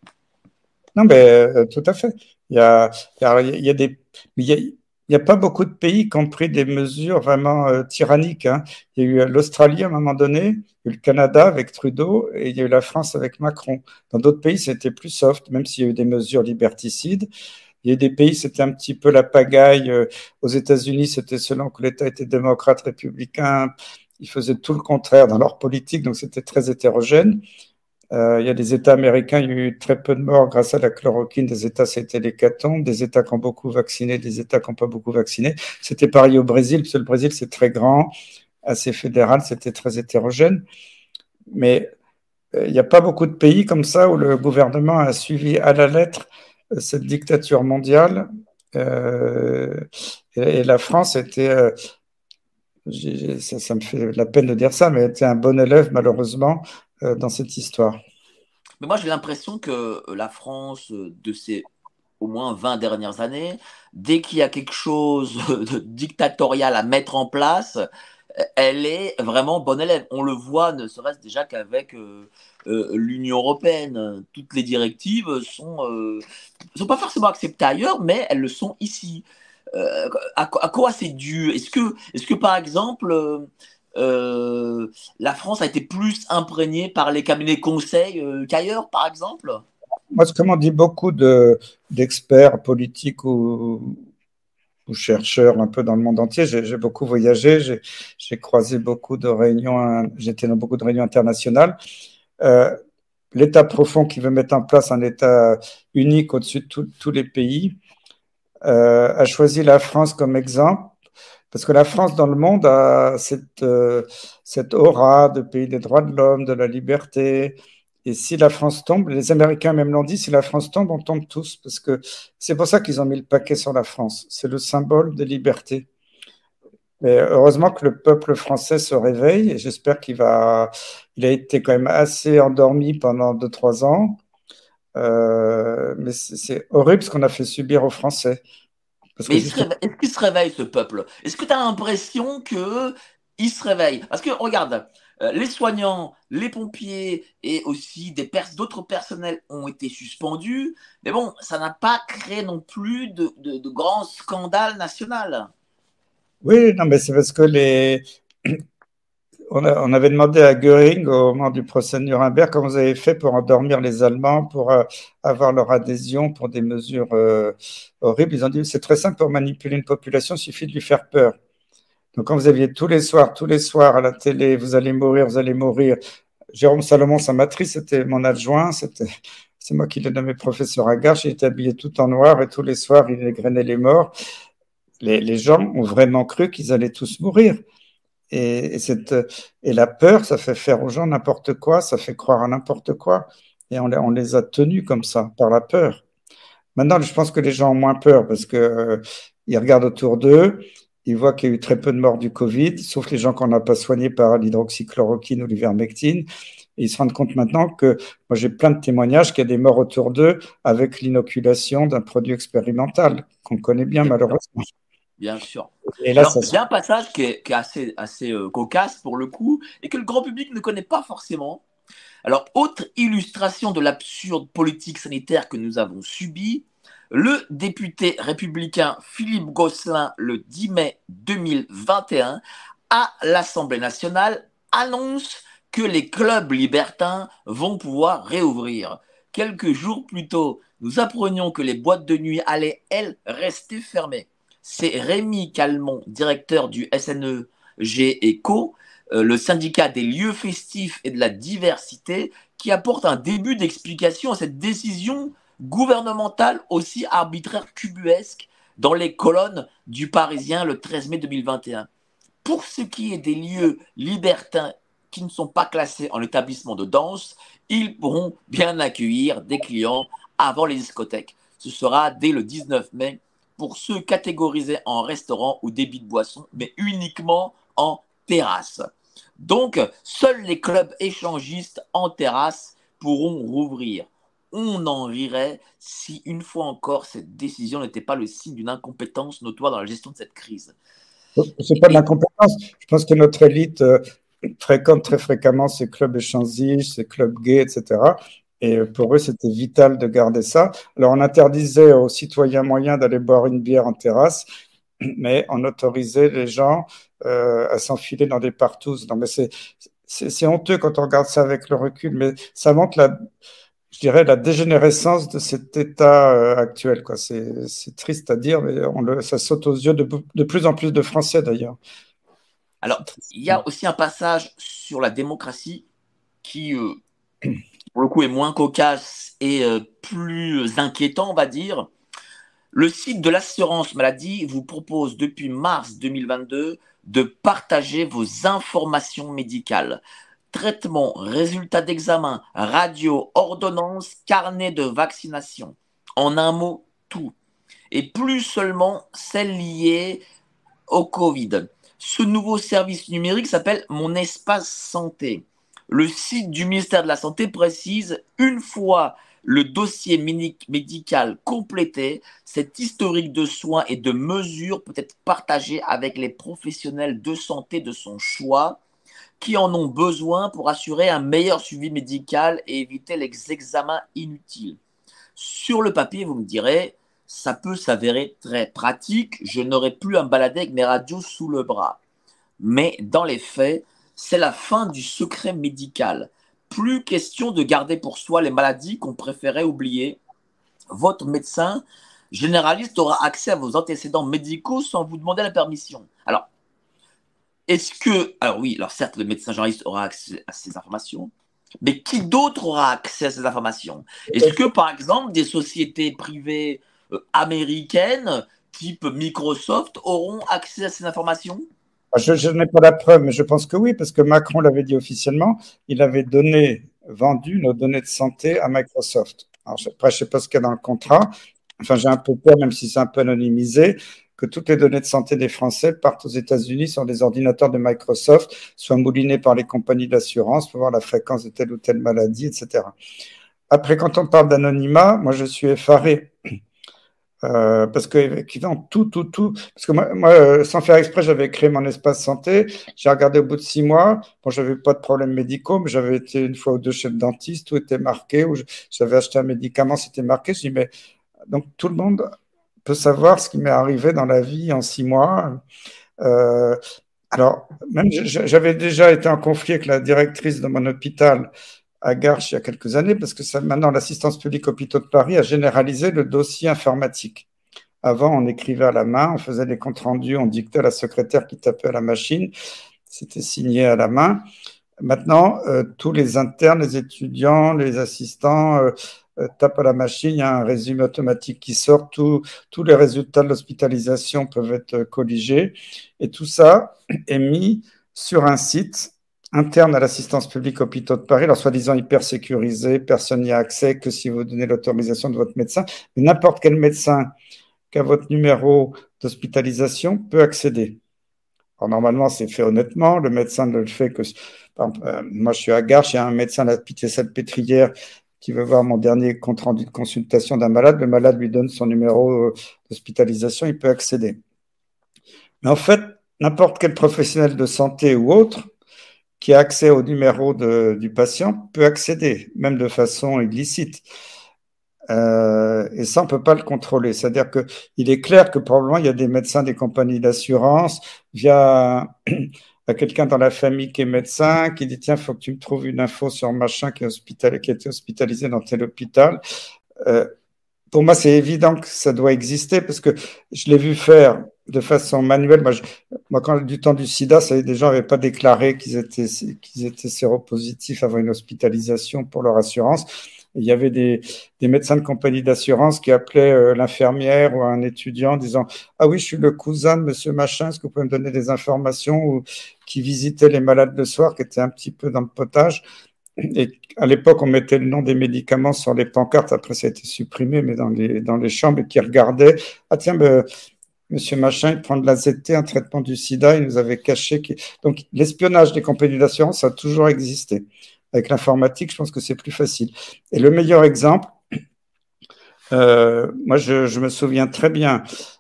Non, mais euh, tout à fait. Il y a, il y a, il y a des, il y a, il y a pas beaucoup de pays qui ont pris des mesures vraiment euh, tyranniques, hein. Il y a eu euh, l'Australie à un moment donné, il y a eu le Canada avec Trudeau et il y a eu la France avec Macron. Dans d'autres pays, c'était plus soft, même s'il y a eu des mesures liberticides. Il y a des pays, c'était un petit peu la pagaille. Euh, Aux États-Unis, c'était selon que l'État était démocrate, républicain. Ils faisaient tout le contraire dans leur politique, donc c'était très hétérogène. Euh, il y a des États américains, il y a eu très peu de morts grâce à la chloroquine. Des États, c'était l'hécatombe. Des États qui ont beaucoup vacciné, des États qui n'ont pas beaucoup vacciné. C'était pareil au Brésil, parce que le Brésil, c'est très grand, assez fédéral, c'était très hétérogène. Mais euh, il n'y a pas beaucoup de pays comme ça où le gouvernement a suivi à la lettre euh, cette dictature mondiale. Euh, et, et la France était, euh, j'ai- j'ai- ça, ça me fait la peine de dire ça, mais était un bon élève, malheureusement, euh, dans cette histoire. Mais moi, j'ai l'impression que la France, euh, de ces au moins vingt dernières années, dès qu'il y a quelque chose de dictatorial à mettre en place, elle est vraiment bonne élève. On le voit, ne serait-ce déjà qu'avec euh, euh, l'Union européenne. Toutes les directives sont, euh, sont pas forcément acceptées ailleurs, mais elles le sont ici. Euh, à, à quoi c'est dû? Est-ce que, est-ce que, par exemple, euh, euh, la France a été plus imprégnée par les cabinets conseils euh, qu'ailleurs, par exemple? Moi, ce que m'ont dit beaucoup de, d'experts politiques ou, ou chercheurs un peu dans le monde entier, j'ai, j'ai beaucoup voyagé, j'ai, j'ai croisé beaucoup de réunions, j'étais dans beaucoup de réunions internationales. Euh, L'État profond qui veut mettre en place un État unique au-dessus de tout- tous les pays euh, a choisi la France comme exemple, parce que la France dans le monde a cette, euh, cette aura de pays des droits de l'homme, de la liberté. Et si la France tombe, les Américains même l'ont dit, si la France tombe, on tombe tous, parce que c'est pour ça qu'ils ont mis le paquet sur la France. C'est le symbole de liberté. Mais heureusement que le peuple français se réveille, et j'espère qu'il va. Il a été quand même assez endormi pendant deux, trois ans. Euh, mais c'est c'est horrible ce qu'on a fait subir aux Français. Parce que Mais il se justement, réveille- est-ce qu'il se réveille, ce peuple? Est-ce que tu as l'impression que il se réveille? Parce que, regarde, euh, les soignants, les pompiers et aussi des pers- d'autres personnels ont été suspendus. Mais bon, ça n'a pas créé non plus de, de, de grands scandales nationaux. oui, non, mais c'est parce que les. On, a- on avait demandé à Göring au moment du procès de Nuremberg comment vous avez fait pour endormir les Allemands, pour euh, avoir leur adhésion pour des mesures euh, horribles. Ils ont dit c'est très simple pour manipuler une population, il suffit de lui faire peur. Donc quand vous aviez tous les soirs, tous les soirs à la télé, vous allez mourir, vous allez mourir. Jérôme Salomon, sa matrice, c'était mon adjoint, c'était, c'est moi qui l'ai nommé professeur à Garches, il était habillé tout en noir et tous les soirs il égrenait les morts. Les, les gens ont vraiment cru qu'ils allaient tous mourir. Et, et, cette, et la peur, ça fait faire aux gens n'importe quoi, ça fait croire à n'importe quoi. Et on les, on les a tenus comme ça, par la peur. Maintenant, je pense que les gens ont moins peur parce que euh, ils regardent autour d'eux, ils voient qu'il y a eu très peu de morts du Covid, sauf les gens qu'on n'a pas soignés par l'hydroxychloroquine ou l'ivermectine. Et ils se rendent compte maintenant que, moi j'ai plein de témoignages qu'il y a des morts autour d'eux avec l'inoculation d'un produit expérimental qu'on connaît bien malheureusement. Bien sûr. Et là, Alors, ça il y a un passage qui est, qui est assez, assez euh, cocasse pour le coup et que le grand public ne connaît pas forcément. Alors, autre illustration de l'absurde politique sanitaire que nous avons subie, le député républicain Philippe Gosselin, le dix mai deux mille vingt et un, à l'Assemblée nationale, annonce que les clubs libertins vont pouvoir réouvrir. Quelques jours plus tôt, nous apprenions que les boîtes de nuit allaient, elles, rester fermées. C'est Rémi Calmont, directeur du S N E G et Co, euh, le syndicat des lieux festifs et de la diversité, qui apporte un début d'explication à cette décision gouvernementale aussi arbitraire qu'ubuesque dans les colonnes du Parisien le treize mai deux mille vingt et un. Pour ce qui est des lieux libertins qui ne sont pas classés en établissement de danse, ils pourront bien accueillir des clients avant les discothèques. Ce sera dès le dix-neuf mai pour ceux catégorisés en restaurant ou débit de boissons, mais uniquement en terrasse. Donc, seuls les clubs échangistes en terrasse pourront rouvrir. On en rirait si, une fois encore, cette décision n'était pas le signe d'une incompétence notoire dans la gestion de cette crise. C'est pas de l'incompétence. Je pense que notre élite euh, fréquente très fréquemment ces clubs échangistes, ces clubs gays, et cetera. Et pour eux, c'était vital de garder ça. Alors, on interdisait aux citoyens moyens d'aller boire une bière en terrasse, mais on autorisait les gens euh, à s'enfiler dans des partous. Non, mais c'est, c'est, c'est honteux quand on regarde ça avec le recul, mais ça montre la, je dirais, la dégénérescence de cet état euh, actuel, quoi. C'est, c'est triste à dire, mais on le, ça saute aux yeux de, de plus en plus de Français, d'ailleurs. Alors, il y a aussi un passage sur la démocratie qui, euh, pour le coup, est moins cocasse et euh, plus inquiétant, on va dire. Le site de l'assurance maladie vous propose depuis mars deux mille vingt-deux de partager vos informations médicales. Traitement, résultats d'examen, radio, ordonnance, carnet de vaccination. En un mot, tout. Et plus seulement celles liées au Covid. Ce nouveau service numérique s'appelle Mon Espace Santé. Le site du ministère de la Santé précise, une fois le dossier médical complété, cet historique de soins et de mesures peut être partagé avec les professionnels de santé de son choix qui en ont besoin pour assurer un meilleur suivi médical et éviter les examens inutiles. Sur le papier, vous me direz, ça peut s'avérer très pratique, je n'aurai plus à me balader avec mes radios sous le bras. Mais dans les faits, c'est la fin du secret médical. Plus question de garder pour soi les maladies qu'on préférait oublier. Votre médecin généraliste aura accès à vos antécédents médicaux sans vous demander la permission. Alors, est-ce que... Alors oui, alors certes, le médecin généraliste aura accès à ces informations, mais qui d'autre aura accès à ces informations? Est-ce que, par exemple, des sociétés privées euh, américaines, type Microsoft, auront accès à ces informations? Je, je n'ai pas la preuve, mais je pense que oui, parce que Macron l'avait dit officiellement, il avait donné, vendu nos données de santé à Microsoft. Alors, après, je ne sais pas ce qu'il y a dans le contrat. Enfin, j'ai un peu peur, même si c'est un peu anonymisé, que toutes les données de santé des Français partent aux États-Unis sur des ordinateurs de Microsoft, soient moulinées par les compagnies d'assurance pour voir la fréquence de telle ou telle maladie, et cetera. Après, quand on parle d'anonymat, moi, je suis effaré. Euh, parce que effectivement, tout, tout, tout. Parce que moi, moi, sans faire exprès, j'avais créé mon espace santé. J'ai regardé au bout de six mois. Bon, j'avais pas de problèmes médicaux, mais j'avais été une fois ou deux chez le dentiste, tout était marqué. Ou j'avais acheté un médicament, c'était marqué. Je dis, mais donc tout le monde peut savoir ce qui m'est arrivé dans la vie en six mois. Euh, alors, même j'avais déjà été en conflit avec la directrice de mon hôpital à Garches il y a quelques années, parce que ça, maintenant, l'assistance publique hôpitaux de Paris a généralisé le dossier informatique. Avant, on écrivait à la main, on faisait des comptes rendus, on dictait à la secrétaire qui tapait à la machine, c'était signé à la main. Maintenant, euh, tous les internes, les étudiants, les assistants euh, euh, tapent à la machine, il y a un résumé automatique qui sort, tout, tous les résultats de l'hospitalisation peuvent être colligés, et tout ça est mis sur un site interne à l'assistance publique hôpitaux de Paris, alors soi-disant hyper sécurisé, personne n'y a accès que si vous donnez l'autorisation de votre médecin, mais n'importe quel médecin qui a votre numéro d'hospitalisation peut accéder. Alors normalement, c'est fait honnêtement, le médecin ne le fait que... Par exemple, euh, moi, je suis à Garches, il y a un médecin, la Pitié-Salpêtrière, qui veut voir mon dernier compte rendu de consultation d'un malade, le malade lui donne son numéro d'hospitalisation, il peut accéder. Mais en fait, n'importe quel professionnel de santé ou autre qui a accès au numéro de, du patient peut accéder, même de façon illicite. Euh, et ça, on ne peut pas le contrôler. C'est-à-dire qu'il est clair que probablement il y a des médecins des compagnies d'assurance via à quelqu'un dans la famille qui est médecin, qui dit tiens, il faut que tu me trouves une info sur machin qui, est hospital, qui a été hospitalisé dans tel hôpital. Euh, pour moi, c'est évident que ça doit exister parce que je l'ai vu faire de façon manuelle. Moi, je, moi quand du temps du sida, ça, des gens n'avaient pas déclaré qu'ils étaient, qu'ils étaient séropositifs avant une hospitalisation pour leur assurance. Et il y avait des, des médecins de compagnie d'assurance qui appelaient euh, l'infirmière ou un étudiant en disant « Ah oui, je suis le cousin de monsieur machin, est-ce que vous pouvez me donner des informations ?» ou qui visitait les malades le soir, qui étaient un petit peu dans le potage. Et à l'époque, on mettait le nom des médicaments sur les pancartes. Après, ça a été supprimé, mais dans les, dans les chambres, et qui regardaient. Ah tiens, ben, monsieur machin, il prend de la Z T, un traitement du sida, il nous avait caché. Qui... Donc, l'espionnage des compagnies d'assurance a toujours existé. Avec l'informatique, je pense que c'est plus facile. Et le meilleur exemple, euh, moi, je, je me souviens très bien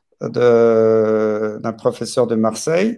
de, d'un professeur de Marseille,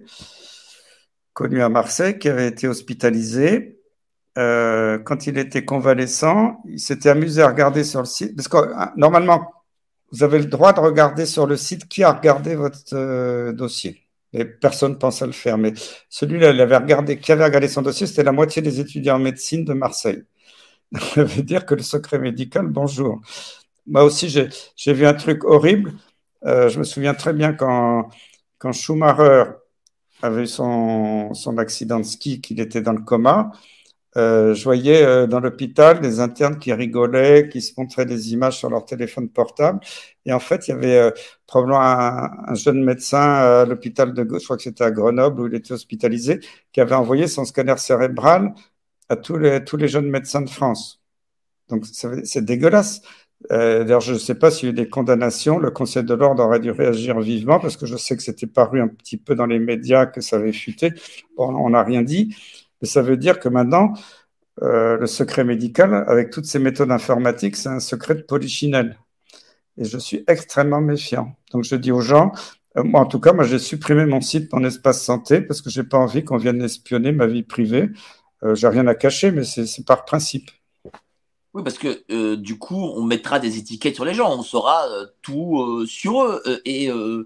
connu à Marseille, qui avait été hospitalisé. Euh, quand il était convalescent, il s'était amusé à regarder sur le site, parce que hein, normalement, vous avez le droit de regarder sur le site qui a regardé votre euh, dossier. Et personne ne pense à le faire, mais celui-là, il avait regardé, qui avait regardé son dossier, c'était la moitié des étudiants en médecine de Marseille. Ça veut dire que le secret médical, bonjour. Moi aussi, j'ai, j'ai vu un truc horrible. Euh, je me souviens très bien quand, quand Schumacher avait eu son, son accident de ski, qu'il était dans le coma. Euh, je voyais euh, dans l'hôpital des internes qui rigolaient, qui se montraient des images sur leur téléphone portable. Et en fait, il y avait euh, probablement un, un jeune médecin à l'hôpital de Gauche, je crois que c'était à Grenoble, où il était hospitalisé, qui avait envoyé son scanner cérébral à tous les, tous les jeunes médecins de France. Donc, c'est, c'est dégueulasse. Euh, d'ailleurs, je ne sais pas s'il y a eu des condamnations. Le Conseil de l'ordre aurait dû réagir vivement, parce que je sais que c'était paru un petit peu dans les médias, que ça avait fuité. Bon, on n'a rien dit. Mais ça veut dire que maintenant, euh, le secret médical, avec toutes ces méthodes informatiques, c'est un secret de polichinelle. Et je suis extrêmement méfiant. Donc, je dis aux gens, euh, moi, en tout cas, moi, j'ai supprimé mon site, mon espace santé, parce que j'ai pas envie qu'on vienne espionner ma vie privée. Euh, j'ai rien à cacher, mais c'est, c'est par principe. Oui, parce que euh, du coup, on mettra des étiquettes sur les gens, on saura euh, tout euh, sur eux. Euh, et euh,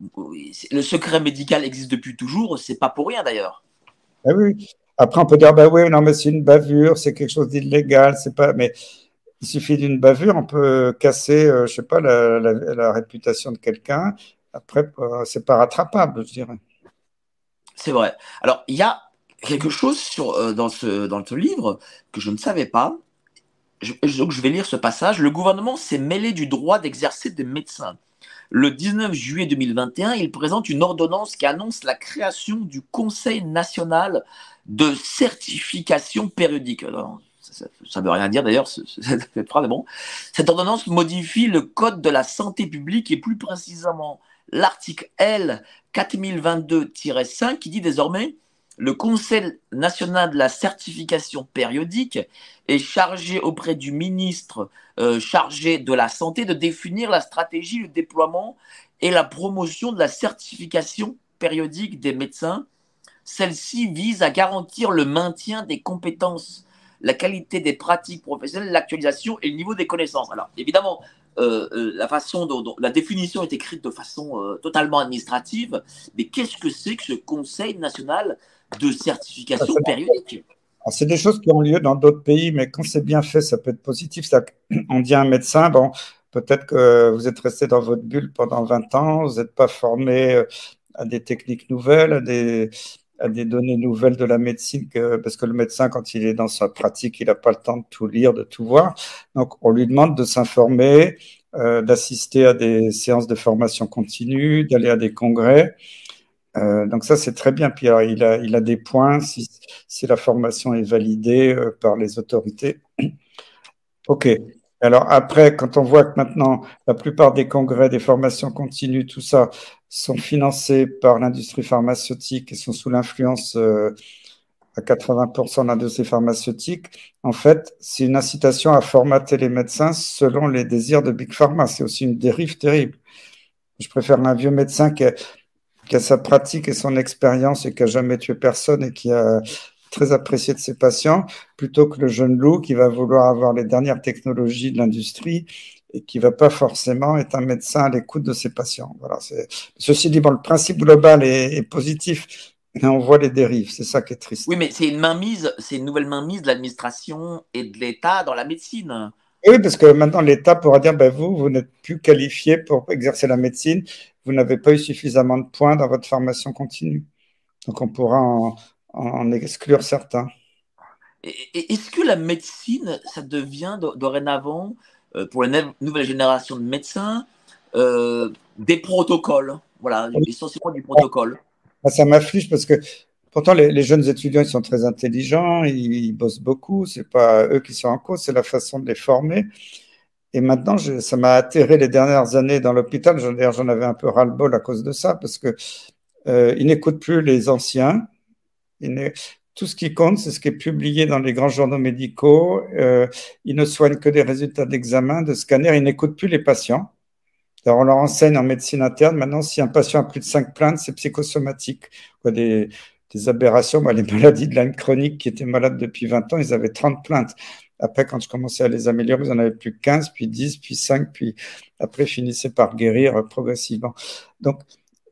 le secret médical existe depuis toujours, c'est pas pour rien d'ailleurs. Ah oui. Après, on peut dire, bah oui, non, mais c'est une bavure, c'est quelque chose d'illégal, c'est pas. Mais il suffit d'une bavure, on peut casser, euh, je sais pas, la, la, la réputation de quelqu'un. Après, euh, c'est pas rattrapable, je dirais. C'est vrai. Alors, il y a quelque chose sur, euh, dans, ce, dans ce livre que je ne savais pas. Je, donc, je vais lire ce passage. Le gouvernement s'est mêlé du droit d'exercer des médecins. Le dix-neuf juillet deux mille vingt et un, il présente une ordonnance qui annonce la création du Conseil national de certification périodique. Alors, ça ne veut rien dire d'ailleurs, cette phrase, mais bon. Cette ordonnance modifie le code de la santé publique et plus précisément l'article L quatre mille vingt-deux tiret cinq qui dit désormais le Conseil national de la certification périodique est chargé auprès du ministre euh, chargé de la santé de définir la stratégie, le déploiement et la promotion de la certification périodique des médecins. Celle-ci vise à garantir le maintien des compétences, la qualité des pratiques professionnelles, l'actualisation et le niveau des connaissances. Alors évidemment, euh, euh, la façon dont, dont la définition est écrite de façon euh, totalement administrative, mais qu'est-ce que c'est que ce Conseil national de certification périodique? Alors, c'est des choses qui ont lieu dans d'autres pays, mais quand c'est bien fait, ça peut être positif. On dit à un médecin, bon, peut-être que vous êtes resté dans votre bulle pendant vingt ans, vous n'êtes pas formé à des techniques nouvelles, à des, à des données nouvelles de la médecine, que, parce que le médecin, quand il est dans sa pratique, il n'a pas le temps de tout lire, de tout voir. Donc, on lui demande de s'informer, euh, d'assister à des séances de formation continue, d'aller à des congrès. Euh, donc ça, c'est très bien. Puis alors, il a, il a des points si, si la formation est validée euh, par les autorités. OK. Alors après, quand on voit que maintenant, la plupart des congrès, des formations continues, tout ça, sont financés par l'industrie pharmaceutique et sont sous l'influence euh, à quatre-vingts pour cent de l'industrie pharmaceutique, en fait, c'est une incitation à formater les médecins selon les désirs de Big Pharma. C'est aussi une dérive terrible. Je préfère un vieux médecin qui a qui a sa pratique et son expérience et qui n'a jamais tué personne et qui a très apprécié de ses patients, plutôt que le jeune loup qui va vouloir avoir les dernières technologies de l'industrie et qui ne va pas forcément être un médecin à l'écoute de ses patients. Voilà, c'est... Ceci dit, bon, le principe global est, est positif, mais on voit les dérives, c'est ça qui est triste. Oui, mais c'est une mainmise, c'est une nouvelle mainmise de l'administration et de l'État dans la médecine. Oui, parce que maintenant l'État pourra dire, ben vous, vous n'êtes plus qualifié pour exercer la médecine, vous n'avez pas eu suffisamment de points dans votre formation continue. Donc on pourra en, en exclure certains. Et, et est-ce que la médecine, ça devient do- dorénavant, euh, pour les ne- nouvelles générations de médecins, euh, des protocoles? Voilà, essentiellement du protocole. Ça m'afflige parce que pourtant les, les jeunes étudiants ils sont très intelligents, ils, ils bossent beaucoup, c'est pas eux qui sont en cause, c'est la façon de les former. Et maintenant, je, ça m'a atterré les dernières années dans l'hôpital. J'en- D'ailleurs, j'en avais un peu ras-le-bol à cause de ça parce que euh, ils n'écoutent plus les anciens. Ils n'est- Tout ce qui compte, c'est ce qui est publié dans les grands journaux médicaux. Euh, ils ne soignent que des résultats d'examen, de scanner. Ils n'écoutent plus les patients. Alors, on leur enseigne en médecine interne. Maintenant, si un patient a plus de cinq plaintes, c'est psychosomatique. Quoi, des, des aberrations. Moi, les maladies de Lyme chronique qui étaient malades depuis vingt ans, ils avaient trente plaintes. Après, quand je commençais à les améliorer, ils en avaient plus quinze, puis dix, puis cinq, puis après, ils finissaient par guérir euh, progressivement. Donc,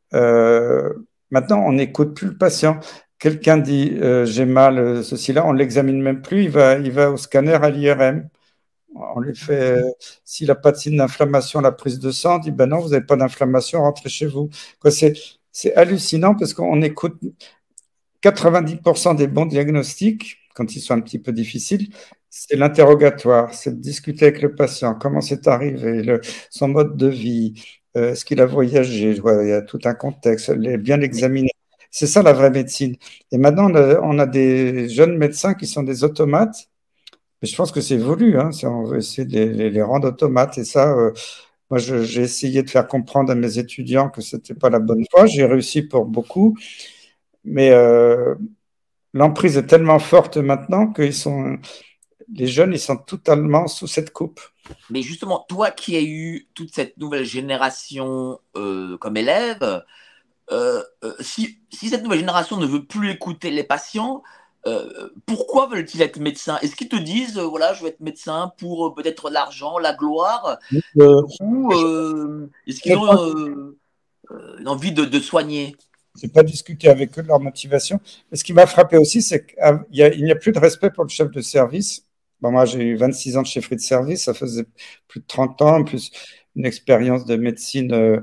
euh, maintenant, on n'écoute plus le patient. Quelqu'un dit euh, j'ai mal, euh, ceci là, on l'examine même plus. Il va, il va au scanner à l'I R M. On lui fait, euh, s'il n'a pas de signe d'inflammation, la prise de sang, on dit ben non, vous n'avez pas d'inflammation, rentrez chez vous. Quoi, c'est, c'est hallucinant parce qu'on écoute quatre-vingt-dix pour cent des bons diagnostics, quand ils sont un petit peu difficiles, c'est l'interrogatoire, c'est de discuter avec le patient, comment c'est arrivé, le, son mode de vie, euh, est-ce qu'il a voyagé, je vois, il y a tout un contexte, les, bien l'examiner. C'est ça la vraie médecine. Et maintenant, on a, on a des jeunes médecins qui sont des automates, mais je pense que c'est voulu, hein, si on veut essayer de les, les- les rendre automates. Et ça, euh, moi, je- j'ai essayé de faire comprendre à mes étudiants que c'était pas la bonne voie. J'ai réussi pour beaucoup, mais euh, l'emprise est tellement forte maintenant que sont, les jeunes, ils sont totalement sous cette coupe. Mais justement, toi qui as eu toute cette nouvelle génération euh, comme élève, euh, euh, si, si cette nouvelle génération ne veut plus écouter les patients, euh, pourquoi veulent-ils être médecins? Est-ce qu'ils te disent, euh, voilà, je veux être médecin pour euh, peut-être l'argent, la gloire, Euh, ou euh, est-ce qu'ils ont euh, euh, une envie de, de soigner? Je n'ai pas discuté avec eux de leur motivation. Mais ce qui m'a frappé aussi, c'est qu'il n'y a, a plus de respect pour le chef de service. Bon, moi, j'ai eu vingt-six ans de chefferie de service, ça faisait plus de trente ans, plus une expérience de médecine euh,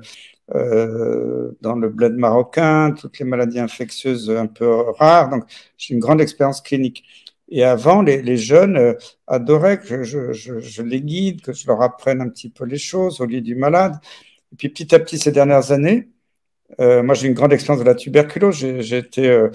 euh, dans le bled marocain, toutes les maladies infectieuses un peu rares. Donc, j'ai une grande expérience clinique. Et avant, les, les jeunes euh, adoraient que je, je, je les guide, que je leur apprenne un petit peu les choses au lit du malade. Et puis, petit à petit, ces dernières années, euh, moi, j'ai une grande expérience de la tuberculose. J'ai, j'ai été euh,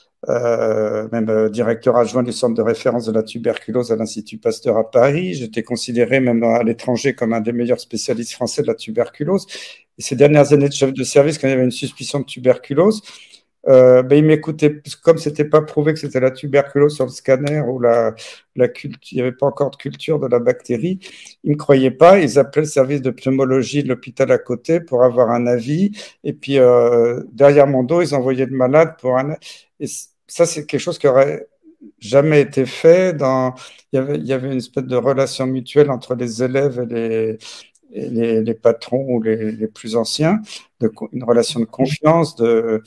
euh, même euh, directeur adjoint du centre de référence de la tuberculose à l'Institut Pasteur à Paris. J'étais considéré même à l'étranger comme un des meilleurs spécialistes français de la tuberculose. Et ces dernières années de chef de service, quand il y avait une suspicion de tuberculose, euh, ben, ils m'écoutaient, comme c'était pas prouvé que c'était la tuberculose sur le scanner ou la, la culture, il n'y avait pas encore de culture de la bactérie, ils me croyaient pas, ils appelaient le service de pneumologie de l'hôpital à côté pour avoir un avis, et puis euh, derrière mon dos, ils envoyaient le malade pour un... Et ça, c'est quelque chose qui aurait jamais été fait dans... Il y avait, il y avait une espèce de relation mutuelle entre les élèves et les... Et les, les patrons ou les, les plus anciens, de, une relation de confiance, de,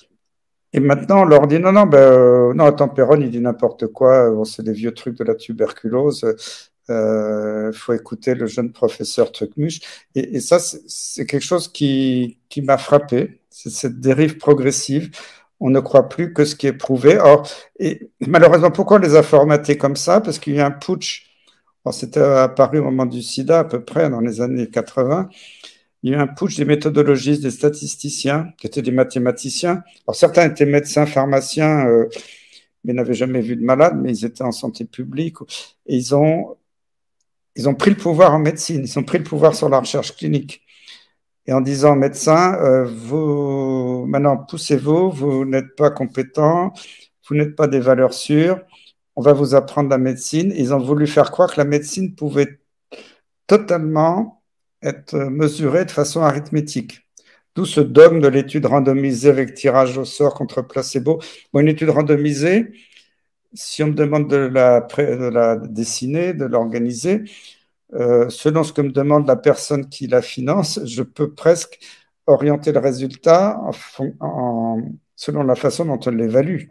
et maintenant, on leur dit non, non, ben, euh, non, attends, Perron, il dit n'importe quoi, bon, c'est des vieux trucs de la tuberculose, il euh, faut écouter le jeune professeur Trucmuche. Et, et ça, c'est, c'est quelque chose qui, qui m'a frappé, c'est cette dérive progressive. On ne croit plus que ce qui est prouvé. Or, et malheureusement, pourquoi on les a formatés comme ça? Parce qu'il y a un putsch. Bon, c'était apparu au moment du sida, à peu près, dans les années quatre-vingts. Il y a eu un putsch des méthodologistes, des statisticiens, qui étaient des mathématiciens. Alors, certains étaient médecins, pharmaciens, euh, mais n'avaient jamais vu de malade, mais ils étaient en santé publique. Et ils ont, ils ont pris le pouvoir en médecine, ils ont pris le pouvoir sur la recherche clinique. Et en disant, médecin, euh, vous, maintenant, poussez-vous, vous n'êtes pas compétent, vous n'êtes pas des valeurs sûres, on va vous apprendre la médecine. Ils ont voulu faire croire que la médecine pouvait totalement être mesurée de façon arithmétique. D'où ce dogme de l'étude randomisée avec tirage au sort contre placebo. Bon, une étude randomisée, si on me demande de la, de la dessiner, de l'organiser, euh, selon ce que me demande la personne qui la finance, je peux presque orienter le résultat en, en, selon la façon dont on l'évalue.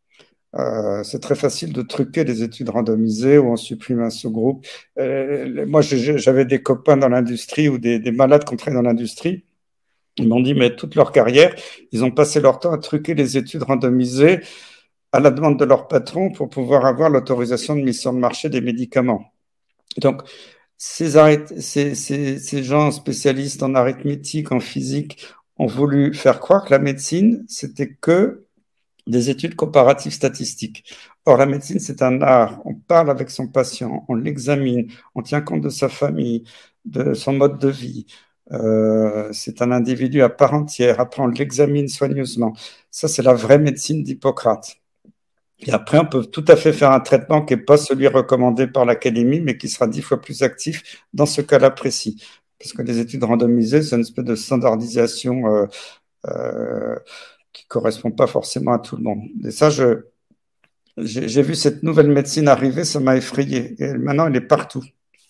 Euh, c'est très facile de truquer les études randomisées où on supprime un sous-groupe. Euh, moi, j'avais des copains dans l'industrie ou des, des malades qui ont travaillé dans l'industrie. Ils m'ont dit, mais toute leur carrière, ils ont passé leur temps à truquer les études randomisées à la demande de leur patron pour pouvoir avoir l'autorisation de mise sur le marché des médicaments. Donc, ces, ces, ces, ces gens spécialistes en arithmétique, en physique, ont voulu faire croire que la médecine, c'était que des études comparatives statistiques. Or, la médecine, c'est un art. On parle avec son patient, on l'examine, on tient compte de sa famille, de son mode de vie. Euh, c'est un individu à part entière. Après, on l'examine soigneusement. Ça, c'est la vraie médecine d'Hippocrate. Et après, on peut tout à fait faire un traitement qui n'est pas celui recommandé par l'Académie, mais qui sera dix fois plus actif dans ce cas-là précis. Parce que les études randomisées, c'est une espèce de standardisation euh, euh, qui ne correspond pas forcément à tout le monde. Et ça, je, j'ai, j'ai vu cette nouvelle médecine arriver, ça m'a effrayé. Et maintenant, elle est partout.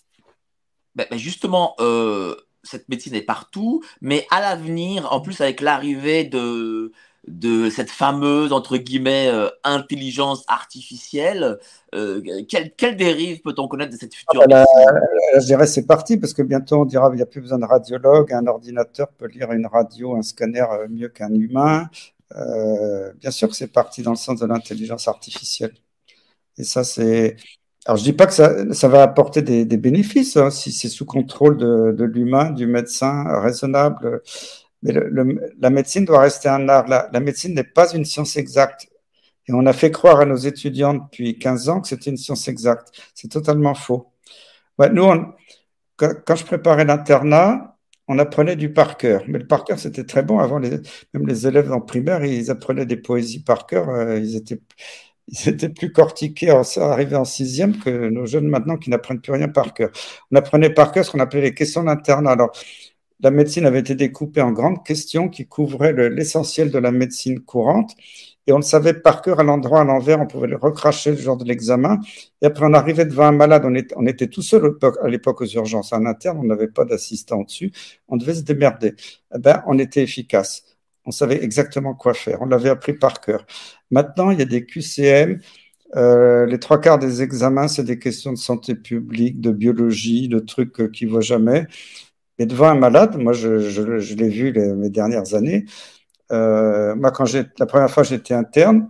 Ben, ben justement, euh, cette médecine est partout, mais à l'avenir, en plus avec l'arrivée de, de cette fameuse, entre guillemets, euh, intelligence artificielle, euh, quelle, quelle dérive peut-on connaître de cette future ah, ben médecine? là, je dirais c'est parti, parce que bientôt on dira qu'il n'y a plus besoin de radiologue, un ordinateur peut lire une radio, un scanner mieux qu'un humain. Euh, bien sûr que c'est parti dans le sens de l'intelligence artificielle. Et ça, c'est... Alors, je dis pas que ça, ça va apporter des, des bénéfices, hein, si c'est sous contrôle de, de l'humain, du médecin, raisonnable. Mais le, le, la médecine doit rester un art. La, la médecine n'est pas une science exacte. Et on a fait croire à nos étudiants depuis quinze ans que c'était une science exacte. C'est totalement faux. Ouais, nous, on, quand, quand je préparais l'internat, on apprenait du par cœur. Mais le par cœur, c'était très bon. Avant, les, même les élèves en primaire, ils apprenaient des poésies par cœur. Euh, ils étaient... Ils étaient plus cortiqués arrivés en sixième que nos jeunes maintenant qui n'apprennent plus rien par cœur. On apprenait par cœur ce qu'on appelait les questions d'internat. Alors, la médecine avait été découpée en grandes questions qui couvraient le, l'essentiel de la médecine courante. Et on le savait par cœur à l'endroit, à l'envers, on pouvait le recracher le jour de l'examen. Et après, on arrivait devant un malade, on était, on était tout seul à l'époque aux urgences. En interne, on n'avait pas d'assistant dessus. On devait se démerder. Eh ben, on était efficace. On savait exactement quoi faire. On l'avait appris par cœur. Maintenant, il y a des Q C M. Euh, les trois quarts des examens, c'est des questions de santé publique, de biologie, de trucs euh, qui ne voient jamais. Et devant un malade, moi, je, je, je l'ai vu les, mes dernières années. Euh, moi, quand j'ai, la première fois que j'étais interne,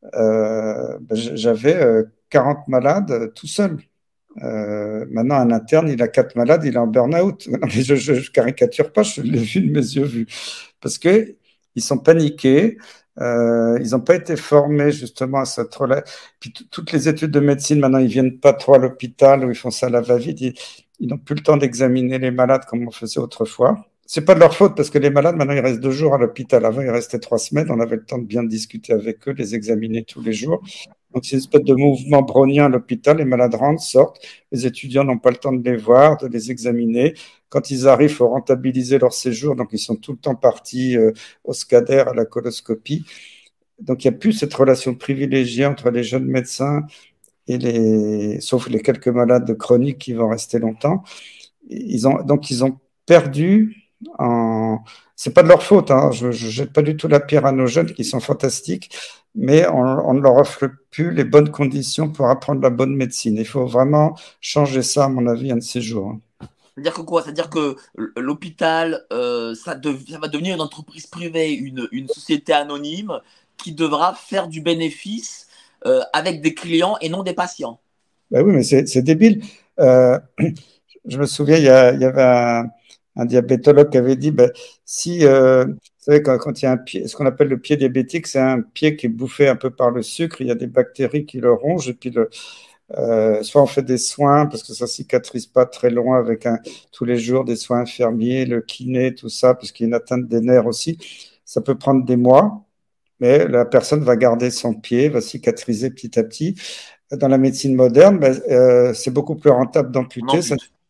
euh, ben, j'avais euh, quarante malades euh, tout seul. Euh, maintenant, un interne, il a quatre malades, il est en burn-out. Non, mais je, je, je caricature pas, je l'ai vu de mes yeux vus. Parce que ils sont paniqués, euh, ils n'ont pas été formés justement à cette relais. Puis toutes les études de médecine, maintenant, ils viennent pas trop à l'hôpital où ils font ça à la va-vite. Ils, ils n'ont plus le temps d'examiner les malades comme on faisait autrefois. C'est pas de leur faute parce que les malades, maintenant, ils restent deux jours à l'hôpital. Avant, ils restaient trois semaines. On avait le temps de bien discuter avec eux, les examiner tous les jours. Donc, c'est une espèce de mouvement brownien à l'hôpital. Les malades rentrent, sortent. Les étudiants n'ont pas le temps de les voir, de les examiner. Quand ils arrivent, il faut rentabiliser leur séjour. Donc, ils sont tout le temps partis euh, au scanner, à la coloscopie. Donc, il n'y a plus cette relation privilégiée entre les jeunes médecins et les, sauf les quelques malades chroniques qui vont rester longtemps. Ils ont, donc, ils ont perdu en... C'est pas de leur faute, hein. Je ne jette pas du tout la pierre à nos jeunes qui sont fantastiques, mais on, on ne leur offre plus les bonnes conditions pour apprendre la bonne médecine. Il faut vraiment changer ça, à mon avis, un de ces jours. C'est-à-dire que quoi? C'est-à-dire que l'hôpital, euh, ça, de, ça va devenir une entreprise privée, une, une société anonyme qui devra faire du bénéfice euh, avec des clients et non des patients. Ben oui, mais c'est, c'est débile. Euh, je me souviens, il y, a, il y avait un, un diabétologue qui avait dit, ben, si, euh, vous savez, quand, quand il y a un pied, ce qu'on appelle le pied diabétique, c'est un pied qui est bouffé un peu par le sucre, il y a des bactéries qui le rongent, et puis le, euh, soit on fait des soins, parce que ça cicatrise pas très loin avec un, tous les jours des soins infirmiers, le kiné, tout ça, parce qu'il y a une atteinte des nerfs aussi. Ça peut prendre des mois, mais la personne va garder son pied, va cicatriser petit à petit. Dans la médecine moderne, ben, euh, c'est beaucoup plus rentable d'amputer. Ça,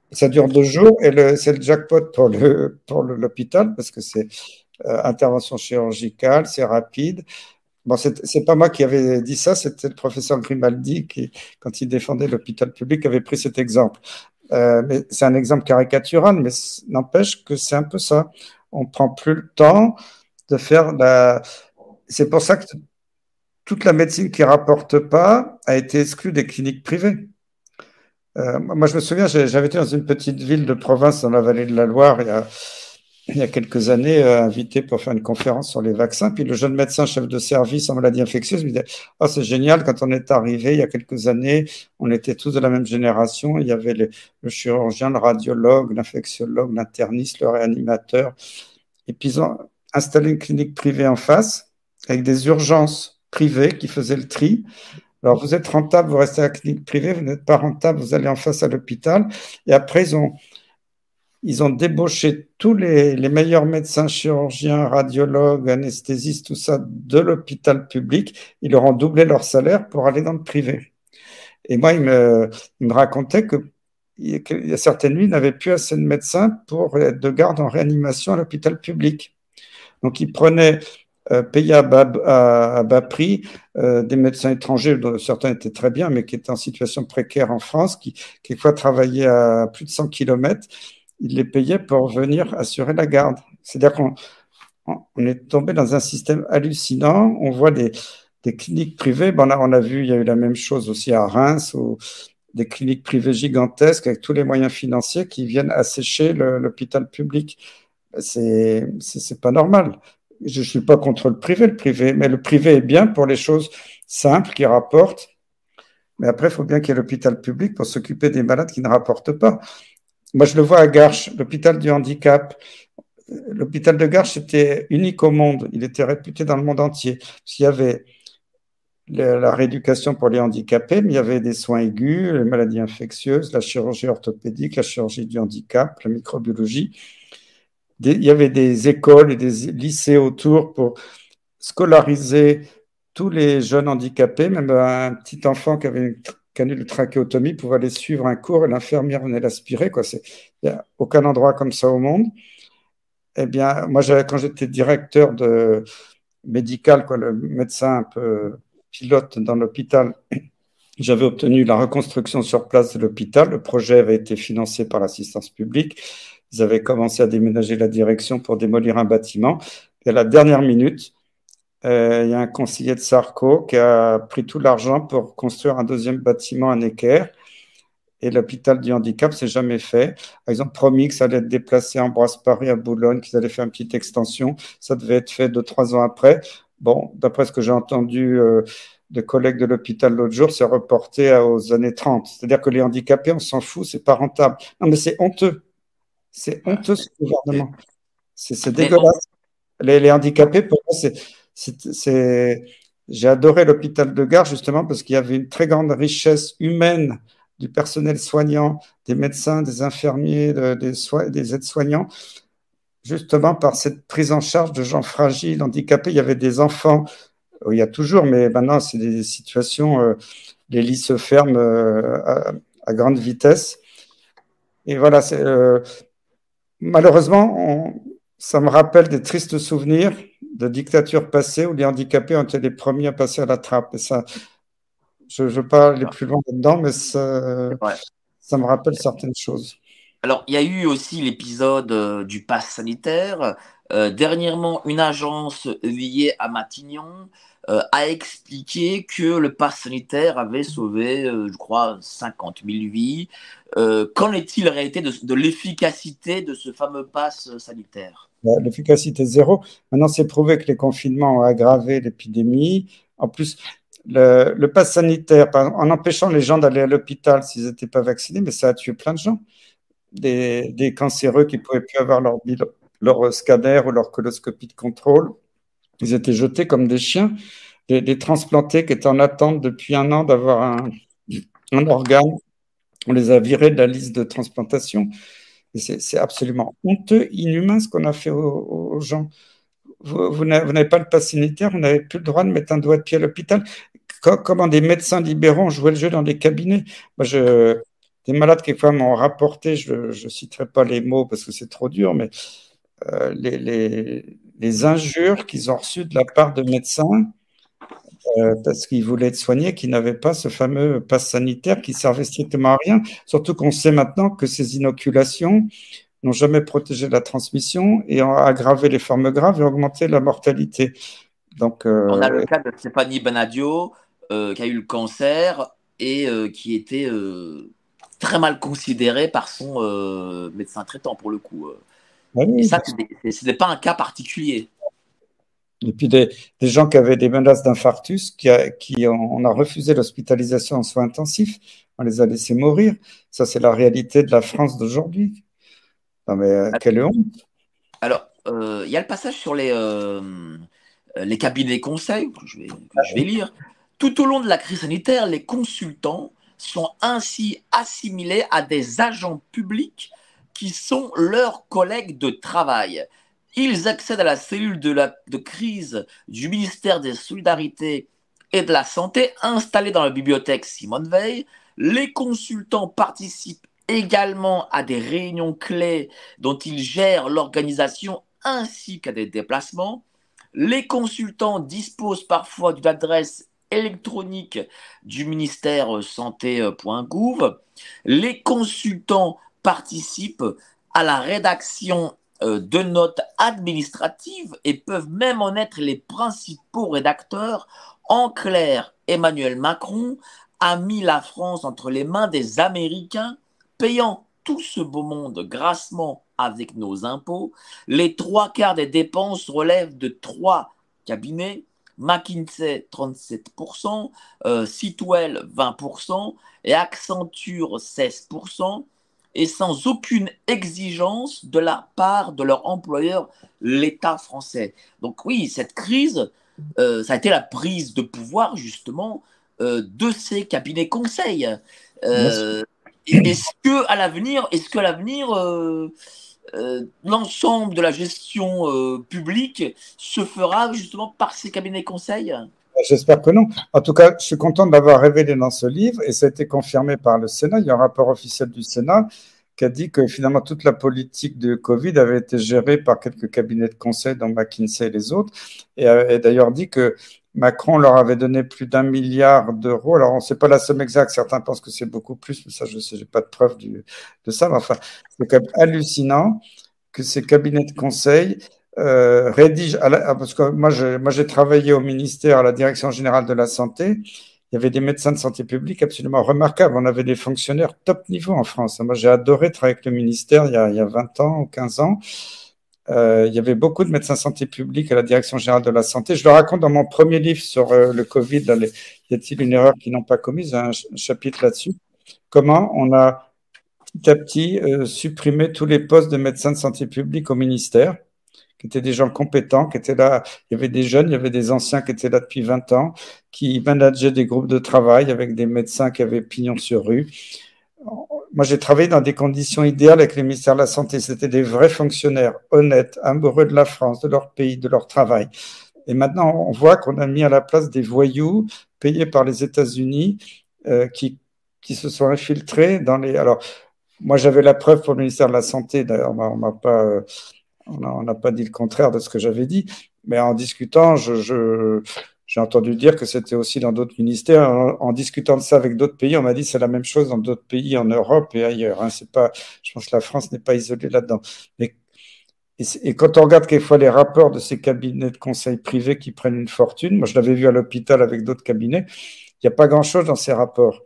Ça dure deux jours et le, c'est le jackpot pour le, pour le- l'hôpital parce que c'est euh, intervention chirurgicale, c'est rapide. Bon, c'est c'est pas moi qui avais dit ça, c'était le professeur Grimaldi qui, quand il défendait l'hôpital public, avait pris cet exemple. Euh, mais c'est un exemple caricatural, mais c- n'empêche que c'est un peu ça. On prend plus le temps de faire la. C'est pour ça que toute la médecine qui rapporte pas a été exclue des cliniques privées. Euh, moi, je me souviens, j'ai- j'avais été dans une petite ville de province dans la vallée de la Loire il y a, il y a quelques années, euh, invité pour faire une conférence sur les vaccins. Puis le jeune médecin chef de service en maladies infectieuses me disait, oh, c'est génial, quand on est arrivé il y a quelques années, on était tous de la même génération. Il y avait le, le chirurgien, le radiologue, l'infectiologue, l'interniste, le réanimateur. Et puis ils ont installé une clinique privée en face avec des urgences privées qui faisaient le tri. Alors, vous êtes rentable, vous restez à la clinique privée, vous n'êtes pas rentable, vous allez en face à l'hôpital. Et après, ils ont, ils ont débauché tous les, les meilleurs médecins, chirurgiens, radiologues, anesthésistes, tout ça, de l'hôpital public. Ils leur ont doublé leur salaire pour aller dans le privé. Et moi, il me, il me racontait que il y a certaines nuits, il n'avait plus assez de médecins pour être de garde en réanimation à l'hôpital public. Donc, ils prenaient euh, payés à bas, à, à bas prix euh, des médecins étrangers, dont certains étaient très bien, mais qui étaient en situation précaire en France, qui quelquefois travaillaient à plus de cent kilomètres. Ils les payaient pour venir assurer la garde. C'est-à-dire qu'on on est tombé dans un système hallucinant. On voit des, des cliniques privées. Bon, là, on a vu, il y a eu la même chose aussi à Reims, où des cliniques privées gigantesques avec tous les moyens financiers qui viennent assécher le- l'hôpital public. C'est, c'est, c'est pas normal. Je suis pas contre le privé, le privé, mais le privé est bien pour les choses simples qui rapportent. Mais après, il faut bien qu'il y ait l'hôpital public pour s'occuper des malades qui ne rapportent pas. Moi, je le vois à Garches, l'hôpital du handicap. L'hôpital de Garches était unique au monde. Il était réputé dans le monde entier. Parce qu'il y avait le- la rééducation pour les handicapés, mais il y avait des soins aigus, les maladies infectieuses, la chirurgie orthopédique, la chirurgie du handicap, la microbiologie. Des- il y avait des écoles et des lycées autour pour scolariser tous les jeunes handicapés, même un petit enfant qui avait une canule de trachéotomie pouvait aller suivre un cours et l'infirmière venait l'aspirer, quoi. C'est, il n'y a aucun endroit comme ça au monde. Eh bien, moi, j'avais, quand j'étais directeur de médical, quoi, le médecin un peu pilote dans l'hôpital, j'avais obtenu la reconstruction sur place de l'hôpital. Le projet avait été financé par l'assistance publique. Ils avaient commencé à déménager la direction pour démolir un bâtiment. Et à la dernière minute, euh, il y a un conseiller de Sarko qui a pris tout l'argent pour construire un deuxième bâtiment à Necker. Et l'hôpital du handicap, c'est jamais fait. Ils ont promis que ça allait être déplacé à Ambroise-Paré, à Boulogne, qu'ils allaient faire une petite extension. Ça devait être fait deux, trois ans après. Bon, d'après ce que j'ai entendu euh, de collègues de l'hôpital l'autre jour, c'est reporté à- aux années trente. C'est-à-dire que les handicapés, on s'en fout, c'est pas rentable. Non, mais c'est honteux. C'est Voilà. honteux, ce Et- gouvernement. C'est c'est Mais on- dégueulasse. Les, les handicapés, pour moi, c'est, c'est, c'est- j'ai adoré l'hôpital de Gare justement parce qu'il y avait une très grande richesse humaine du personnel soignant, des médecins, des infirmiers, de- des, soi- des aides-soignants, justement par cette prise en charge de gens fragiles, handicapés. Il y avait des enfants, euh, il y a toujours, mais maintenant, c'est des situations, euh, les lits se ferment euh, à, à grande vitesse. Et voilà, c'est, euh, malheureusement, on- ça me rappelle des tristes souvenirs de dictatures passées où les handicapés ont été les premiers à passer à la trappe. Et ça, je ne veux pas aller plus loin là-dedans, mais ça, c'est vrai. ça me rappelle certaines choses. Alors, il y a eu aussi l'épisode euh, du pass sanitaire. Euh, dernièrement, une agence liée à Matignon euh, a expliqué que le pass sanitaire avait sauvé, euh, je crois, cinquante mille vies. Euh, qu'en est-il en réalité de, de l'efficacité de ce fameux pass sanitaire? La- L'efficacité zéro. Maintenant, c'est prouvé que les confinements ont aggravé l'épidémie. En plus, le, le pass sanitaire, par- en empêchant les gens d'aller à l'hôpital s'ils n'étaient pas vaccinés, mais ça a tué plein de gens. Des, des cancéreux qui ne pouvaient plus avoir leur, bil- leur scanner ou leur coloscopie de contrôle. Ils étaient jetés comme des chiens. Des, des transplantés qui étaient en attente depuis un an d'avoir un, un organe. On les a virés de la liste de transplantation. Et c'est c'est absolument honteux, inhumain ce qu'on a fait aux, aux gens. Vous, vous n'avez vous n'avez pas le pass sanitaire, vous n'avez plus le droit de mettre un doigt de pied à l'hôpital. Co- Comment des médecins libéraux ont joué le jeu dans des cabinets. Moi, je, des malades quelquefois m'ont rapporté, je ne citerai pas les mots parce que c'est trop dur, mais euh, les, les, les injures qu'ils ont reçues de la part de médecins euh, parce qu'ils voulaient être soignés, qui n'avaient pas ce fameux pass sanitaire qui servait strictement à rien. Surtout qu'on sait maintenant que ces inoculations n'ont jamais protégé la transmission et ont aggravé les formes graves et augmenté la mortalité. Donc, euh, On a le cas de Stéphanie Benadio euh, qui a eu le cancer et euh, qui était euh, très mal considérée par son euh, médecin traitant pour le coup. oui, Et oui, ça, ce n'est pas un cas particulier. et puis des, des gens qui avaient des menaces d'infarctus, qui, a, qui ont, on a refusé l'hospitalisation en soins intensifs, on les a laissés mourir. Ça, c'est la réalité de la France d'aujourd'hui. Non mais euh, quelle honte. Alors, il euh, y a le passage sur les, euh, les cabinets conseils que je vais, que je vais lire. Tout au long de la crise sanitaire, les consultants sont ainsi assimilés à des agents publics qui sont leurs collègues de travail. Ils accèdent à la cellule de, la, de crise du ministère des Solidarités et de la Santé installée dans la bibliothèque Simone Veil. Les consultants participent également à des réunions clés dont ils gèrent l'organisation ainsi qu'à des déplacements. Les consultants disposent parfois d'une adresse électronique du ministère santé point gouv. Les consultants participent à la rédaction de notes administratives et peuvent même en être les principaux rédacteurs. En clair, Emmanuel Macron a mis la France entre les mains des Américains, payant tout ce beau monde grassement avec nos impôts. Les trois quarts des dépenses relèvent de trois cabinets: McKinsey trente-sept pour cent, euh, Sitwell vingt pour cent et Accenture seize pour cent, et sans aucune exigence de la part de leur employeur, l'État français. Donc oui, cette crise, euh, ça a été la prise de pouvoir justement euh, de ces cabinets conseils. Euh, est-ce que à l'avenir, est-ce que à l'avenir, euh, euh, l'ensemble de la gestion euh, publique se fera justement par ces cabinets conseils? J'espère que non. En tout cas, je suis content d'avoir révélé dans ce livre, et ça a été confirmé par le Sénat. Il y a un rapport officiel du Sénat qui a dit que finalement toute la politique de Covid avait été gérée par quelques cabinets de conseil, dont McKinsey et les autres, et a d'ailleurs dit que Macron leur avait donné plus d'un milliard d'euros. Alors, on ne sait pas la somme exacte. Certains pensent que c'est beaucoup plus, mais ça, je ne sais, j'ai pas de preuve du, de ça. Mais enfin, c'est quand même hallucinant que ces cabinets de conseil Euh, rédige, à la, parce que moi, je, moi j'ai travaillé au ministère, à la Direction générale de la santé. Il y avait des médecins de santé publique absolument remarquables. On avait des fonctionnaires top niveau en France. Moi, j'ai adoré travailler avec le ministère il y a, il y a vingt ans ou quinze ans. Euh, il y avait beaucoup de médecins de santé publique à la Direction générale de la santé. Je le raconte dans mon premier livre sur euh, le Covid. Là, les, y a-t-il une erreur qu'ils n'ont pas commise? Un, un chapitre là-dessus. Comment on a petit à petit euh, supprimé tous les postes de médecins de santé publique au ministère, qui étaient des gens compétents, qui étaient là. Il y avait des jeunes, il y avait des anciens qui étaient là depuis vingt ans, qui manageaient des groupes de travail avec des médecins qui avaient pignon sur rue. Moi, j'ai travaillé dans des conditions idéales avec le ministère de la Santé. C'était des vrais fonctionnaires, honnêtes, amoureux de la France, de leur pays, de leur travail. Et maintenant, on voit qu'on a mis à la place des voyous payés par les États-Unis euh, qui, qui se sont infiltrés dans les... Alors, moi, j'avais la preuve pour le ministère de la Santé. D'ailleurs, on m'a pas... Euh, on n'a pas dit le contraire de ce que j'avais dit, mais en discutant, je, je, j'ai entendu dire que c'était aussi dans d'autres ministères. En, en discutant de ça avec d'autres pays, on m'a dit que c'est la même chose dans d'autres pays en Europe et ailleurs. Hein. C'est pas, je pense que la France n'est pas isolée là-dedans. Mais, et, et quand on regarde quelquefois les rapports de ces cabinets de conseil privés qui prennent une fortune, moi je l'avais vu à l'hôpital avec d'autres cabinets, il n'y a pas grand-chose dans ces rapports.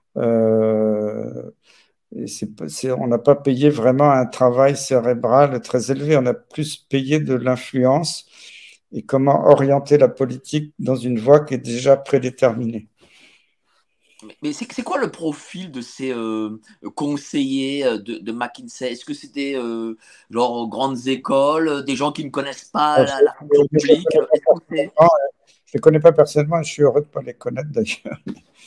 Euh, Et c'est, c'est, on n'a pas payé vraiment un travail cérébral très élevé, on a plus payé de l'influence et comment orienter la politique dans une voie qui est déjà prédéterminée. Mais, mais c'est, c'est quoi le profil de ces euh, conseillers de, de McKinsey? Est-ce que c'était euh, genre grandes écoles, des gens qui ne connaissent pas Alors, la, la fonction publique? Je ne les connais pas personnellement et je suis heureux de ne pas les connaître d'ailleurs.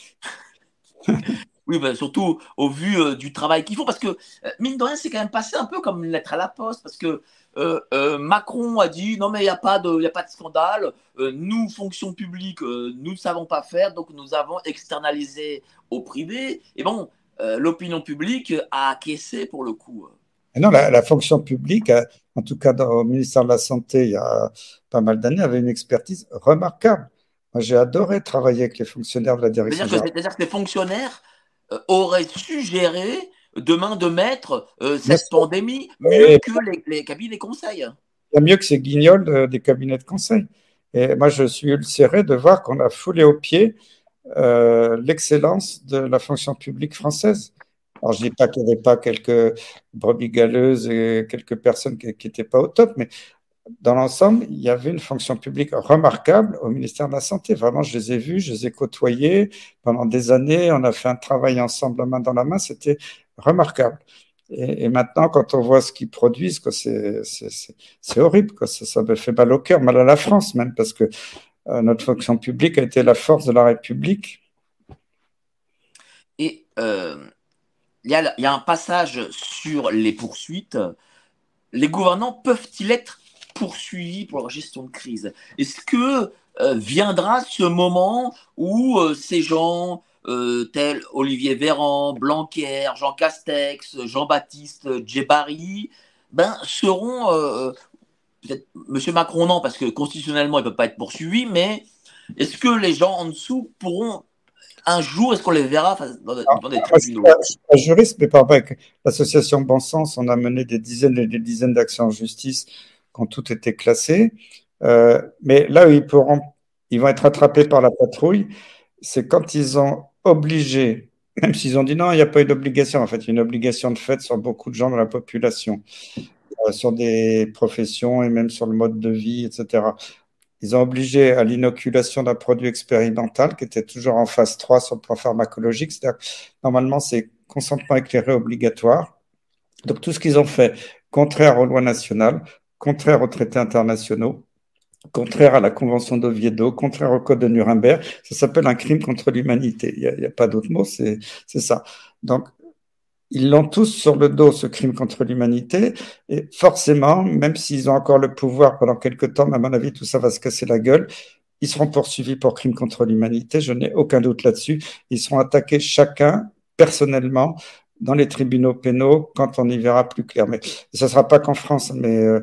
Oui, ben, surtout au vu euh, du travail qu'ils font, parce que, euh, mine de rien, c'est quand même passé un peu comme une lettre à la poste, parce que euh, euh, Macron a dit, non mais il n'y a, pas de, y a pas de scandale, euh, nous, fonction publique, euh, nous ne savons pas faire, donc nous avons externalisé au privé. Et bon, euh, l'opinion publique a acquiescé pour le coup. Et non, la, la fonction publique, euh, en tout cas dans, au ministère de la Santé, il y a pas mal d'années, avait une expertise remarquable. Moi, j'ai adoré travailler avec les fonctionnaires de la direction C'est-à-dire que, générale. c'est-à-dire que les fonctionnaires euh, auraient su gérer de main de maître euh, Bien cette sûr, pandémie mieux et que les, les cabinets conseils. il y a mieux que ces guignols euh, des cabinets de conseil. Et moi, je suis ulcéré de voir qu'on a foulé aux pieds euh, l'excellence de la fonction publique française. Alors, je dis pas qu'il n'y avait pas quelques brebis galeuses et quelques personnes qui n'étaient pas au top, mais dans l'ensemble, il y avait une fonction publique remarquable au ministère de la Santé. Vraiment, je les ai vus, je les ai côtoyés pendant des années. On a fait un travail ensemble, main dans la main. C'était remarquable. Et, et maintenant, quand on voit ce qu'ils produisent, quoi, c'est, c'est, c'est, c'est horrible. Quoi. Ça, ça me fait mal au cœur, mal à la France même, parce que euh, notre fonction publique a été la force de la République. Et euh, il y a, il y a un passage sur les poursuites. Les gouvernants peuvent-ils être poursuivis pour leur gestion de crise? Est-ce que euh, viendra ce moment où euh, ces gens euh, tels Olivier Véran, Blanquer, Jean Castex, Jean-Baptiste Djebari ben, seront, euh, peut-être M. Macron non, parce que constitutionnellement il ne peut pas être poursuivi, mais est-ce que les gens en dessous pourront un jour, est-ce qu'on les verra dans, dans des Moi, je ne suis tribunaux? pas, je suis pas juriste, mais par exemple, avec l'association Bon Sens, on a mené des dizaines et des dizaines d'actions en justice qui ont toutes été classées. Euh, mais là où ils pourront, ils vont être attrapés par la patrouille, c'est quand ils ont obligé, même s'ils ont dit non, il n'y a pas eu d'obligation, en fait, il y a une obligation de fait sur beaucoup de gens dans la population, euh, sur des professions et même sur le mode de vie, et cetera. Ils ont obligé à l'inoculation d'un produit expérimental qui était toujours en phase trois sur le plan pharmacologique. C'est-à-dire que normalement, c'est consentement éclairé obligatoire. Donc, tout ce qu'ils ont fait, contraire aux lois nationales, contraire aux traités internationaux, contraire à la Convention d'Oviedo, contraire au Code de Nuremberg, ça s'appelle un crime contre l'humanité. Il n'y a, a, pas d'autre mot, c'est ça. Donc, ils l'ont tous sur le dos, ce crime contre l'humanité, et forcément, même s'ils ont encore le pouvoir pendant quelques temps, mais à mon avis, tout ça va se casser la gueule, ils seront poursuivis pour crime contre l'humanité, je n'ai aucun doute là-dessus. Ils seront attaqués chacun, personnellement, dans les tribunaux pénaux, quand on y verra plus clair. Mais ça ne sera pas qu'en France, mais euh,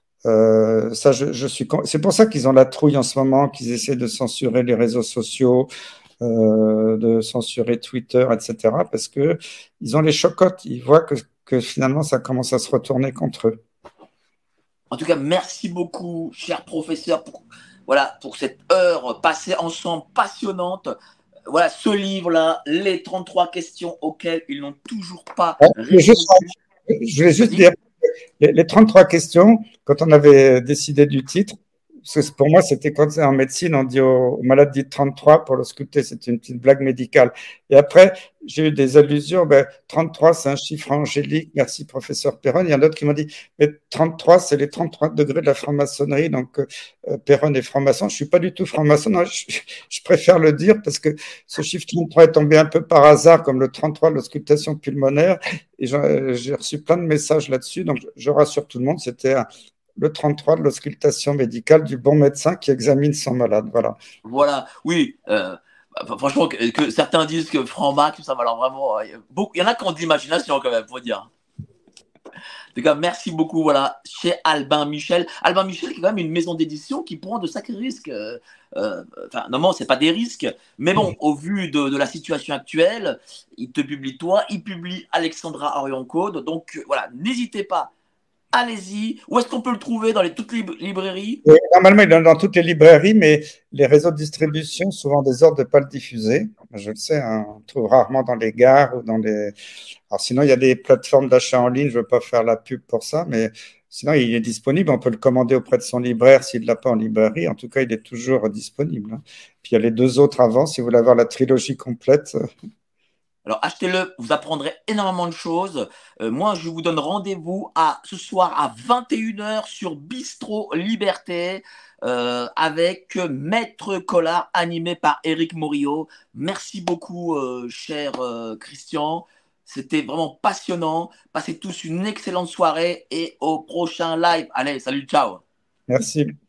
euh, ça, je, je suis. C'est pour ça qu'ils ont la trouille en ce moment, qu'ils essaient de censurer les réseaux sociaux, Euh, de censurer Twitter, et cetera, parce que ils ont les chocottes, ils voient que, que finalement ça commence à se retourner contre eux. En tout cas, merci beaucoup, cher professeur, pour, voilà, pour cette heure passée ensemble passionnante. Voilà, ce livre-là, les trente-trois questions auxquelles ils n'ont toujours pas Ouais, répondu. juste, je voulais juste dire, les, les trente-trois questions, quand on avait décidé du titre, parce que pour moi, c'était quand en médecine, on dit aux, aux malades dit trente-trois pour l'ausculter, c'était une petite blague médicale. Et après, j'ai eu des allusions, ben, trente-trois, c'est un chiffre angélique, merci professeur Perron. Il y en a d'autres qui m'ont dit, mais trente-trois, c'est les trente-trois degrés de la franc-maçonnerie, donc euh, Perron est franc-maçon. Je suis pas du tout franc-maçon, non, je, je préfère le dire parce que ce chiffre trente-trois est tombé un peu par hasard, comme le trente-trois de l'auscultation pulmonaire, et j'ai reçu plein de messages là-dessus, donc je rassure tout le monde, c'était un le trente-trois de l'auscultation médicale du bon médecin qui examine son malade. Voilà. Voilà, oui. Euh, bah, franchement, que, que certains disent que Franc-Mac, ça va alors vraiment. Euh, beaucoup, il y en a qui ont de l'imagination quand même, faut dire. En tout cas, merci beaucoup. Voilà, chez Albin Michel. Albin Michel, qui est quand même une maison d'édition qui prend de sacrés risques. Euh, euh, enfin, normalement, ce n'est pas des risques. Mais bon, au vu de, de la situation actuelle, il te publie toi, il publie Alexandra Orion-Code. Donc, voilà, n'hésitez pas. Allez-y. Où est-ce qu'on peut le trouver? Dans les toutes les librairies? Et normalement, il est dans toutes les librairies, mais les réseaux de distribution, souvent des ordres de ne pas le diffuser. Je le sais, hein, on le trouve rarement dans les gares ou dans les. Alors sinon, il y a des plateformes d'achat en ligne, je ne veux pas faire la pub pour ça, mais sinon, il est disponible. On peut le commander auprès de son libraire s'il ne l'a pas en librairie. En tout cas, il est toujours disponible. Puis il y a les deux autres avant, si vous voulez avoir la trilogie complète. Alors achetez-le, vous apprendrez énormément de choses. Euh, moi, je vous donne rendez-vous à ce soir à vingt et une heures sur Bistro Liberté euh, avec Maître Collard, animé par Éric Morillo. Merci beaucoup, euh, cher euh, Christian. C'était vraiment passionnant. Passez tous une excellente soirée et au prochain live. Allez, salut, ciao. Merci.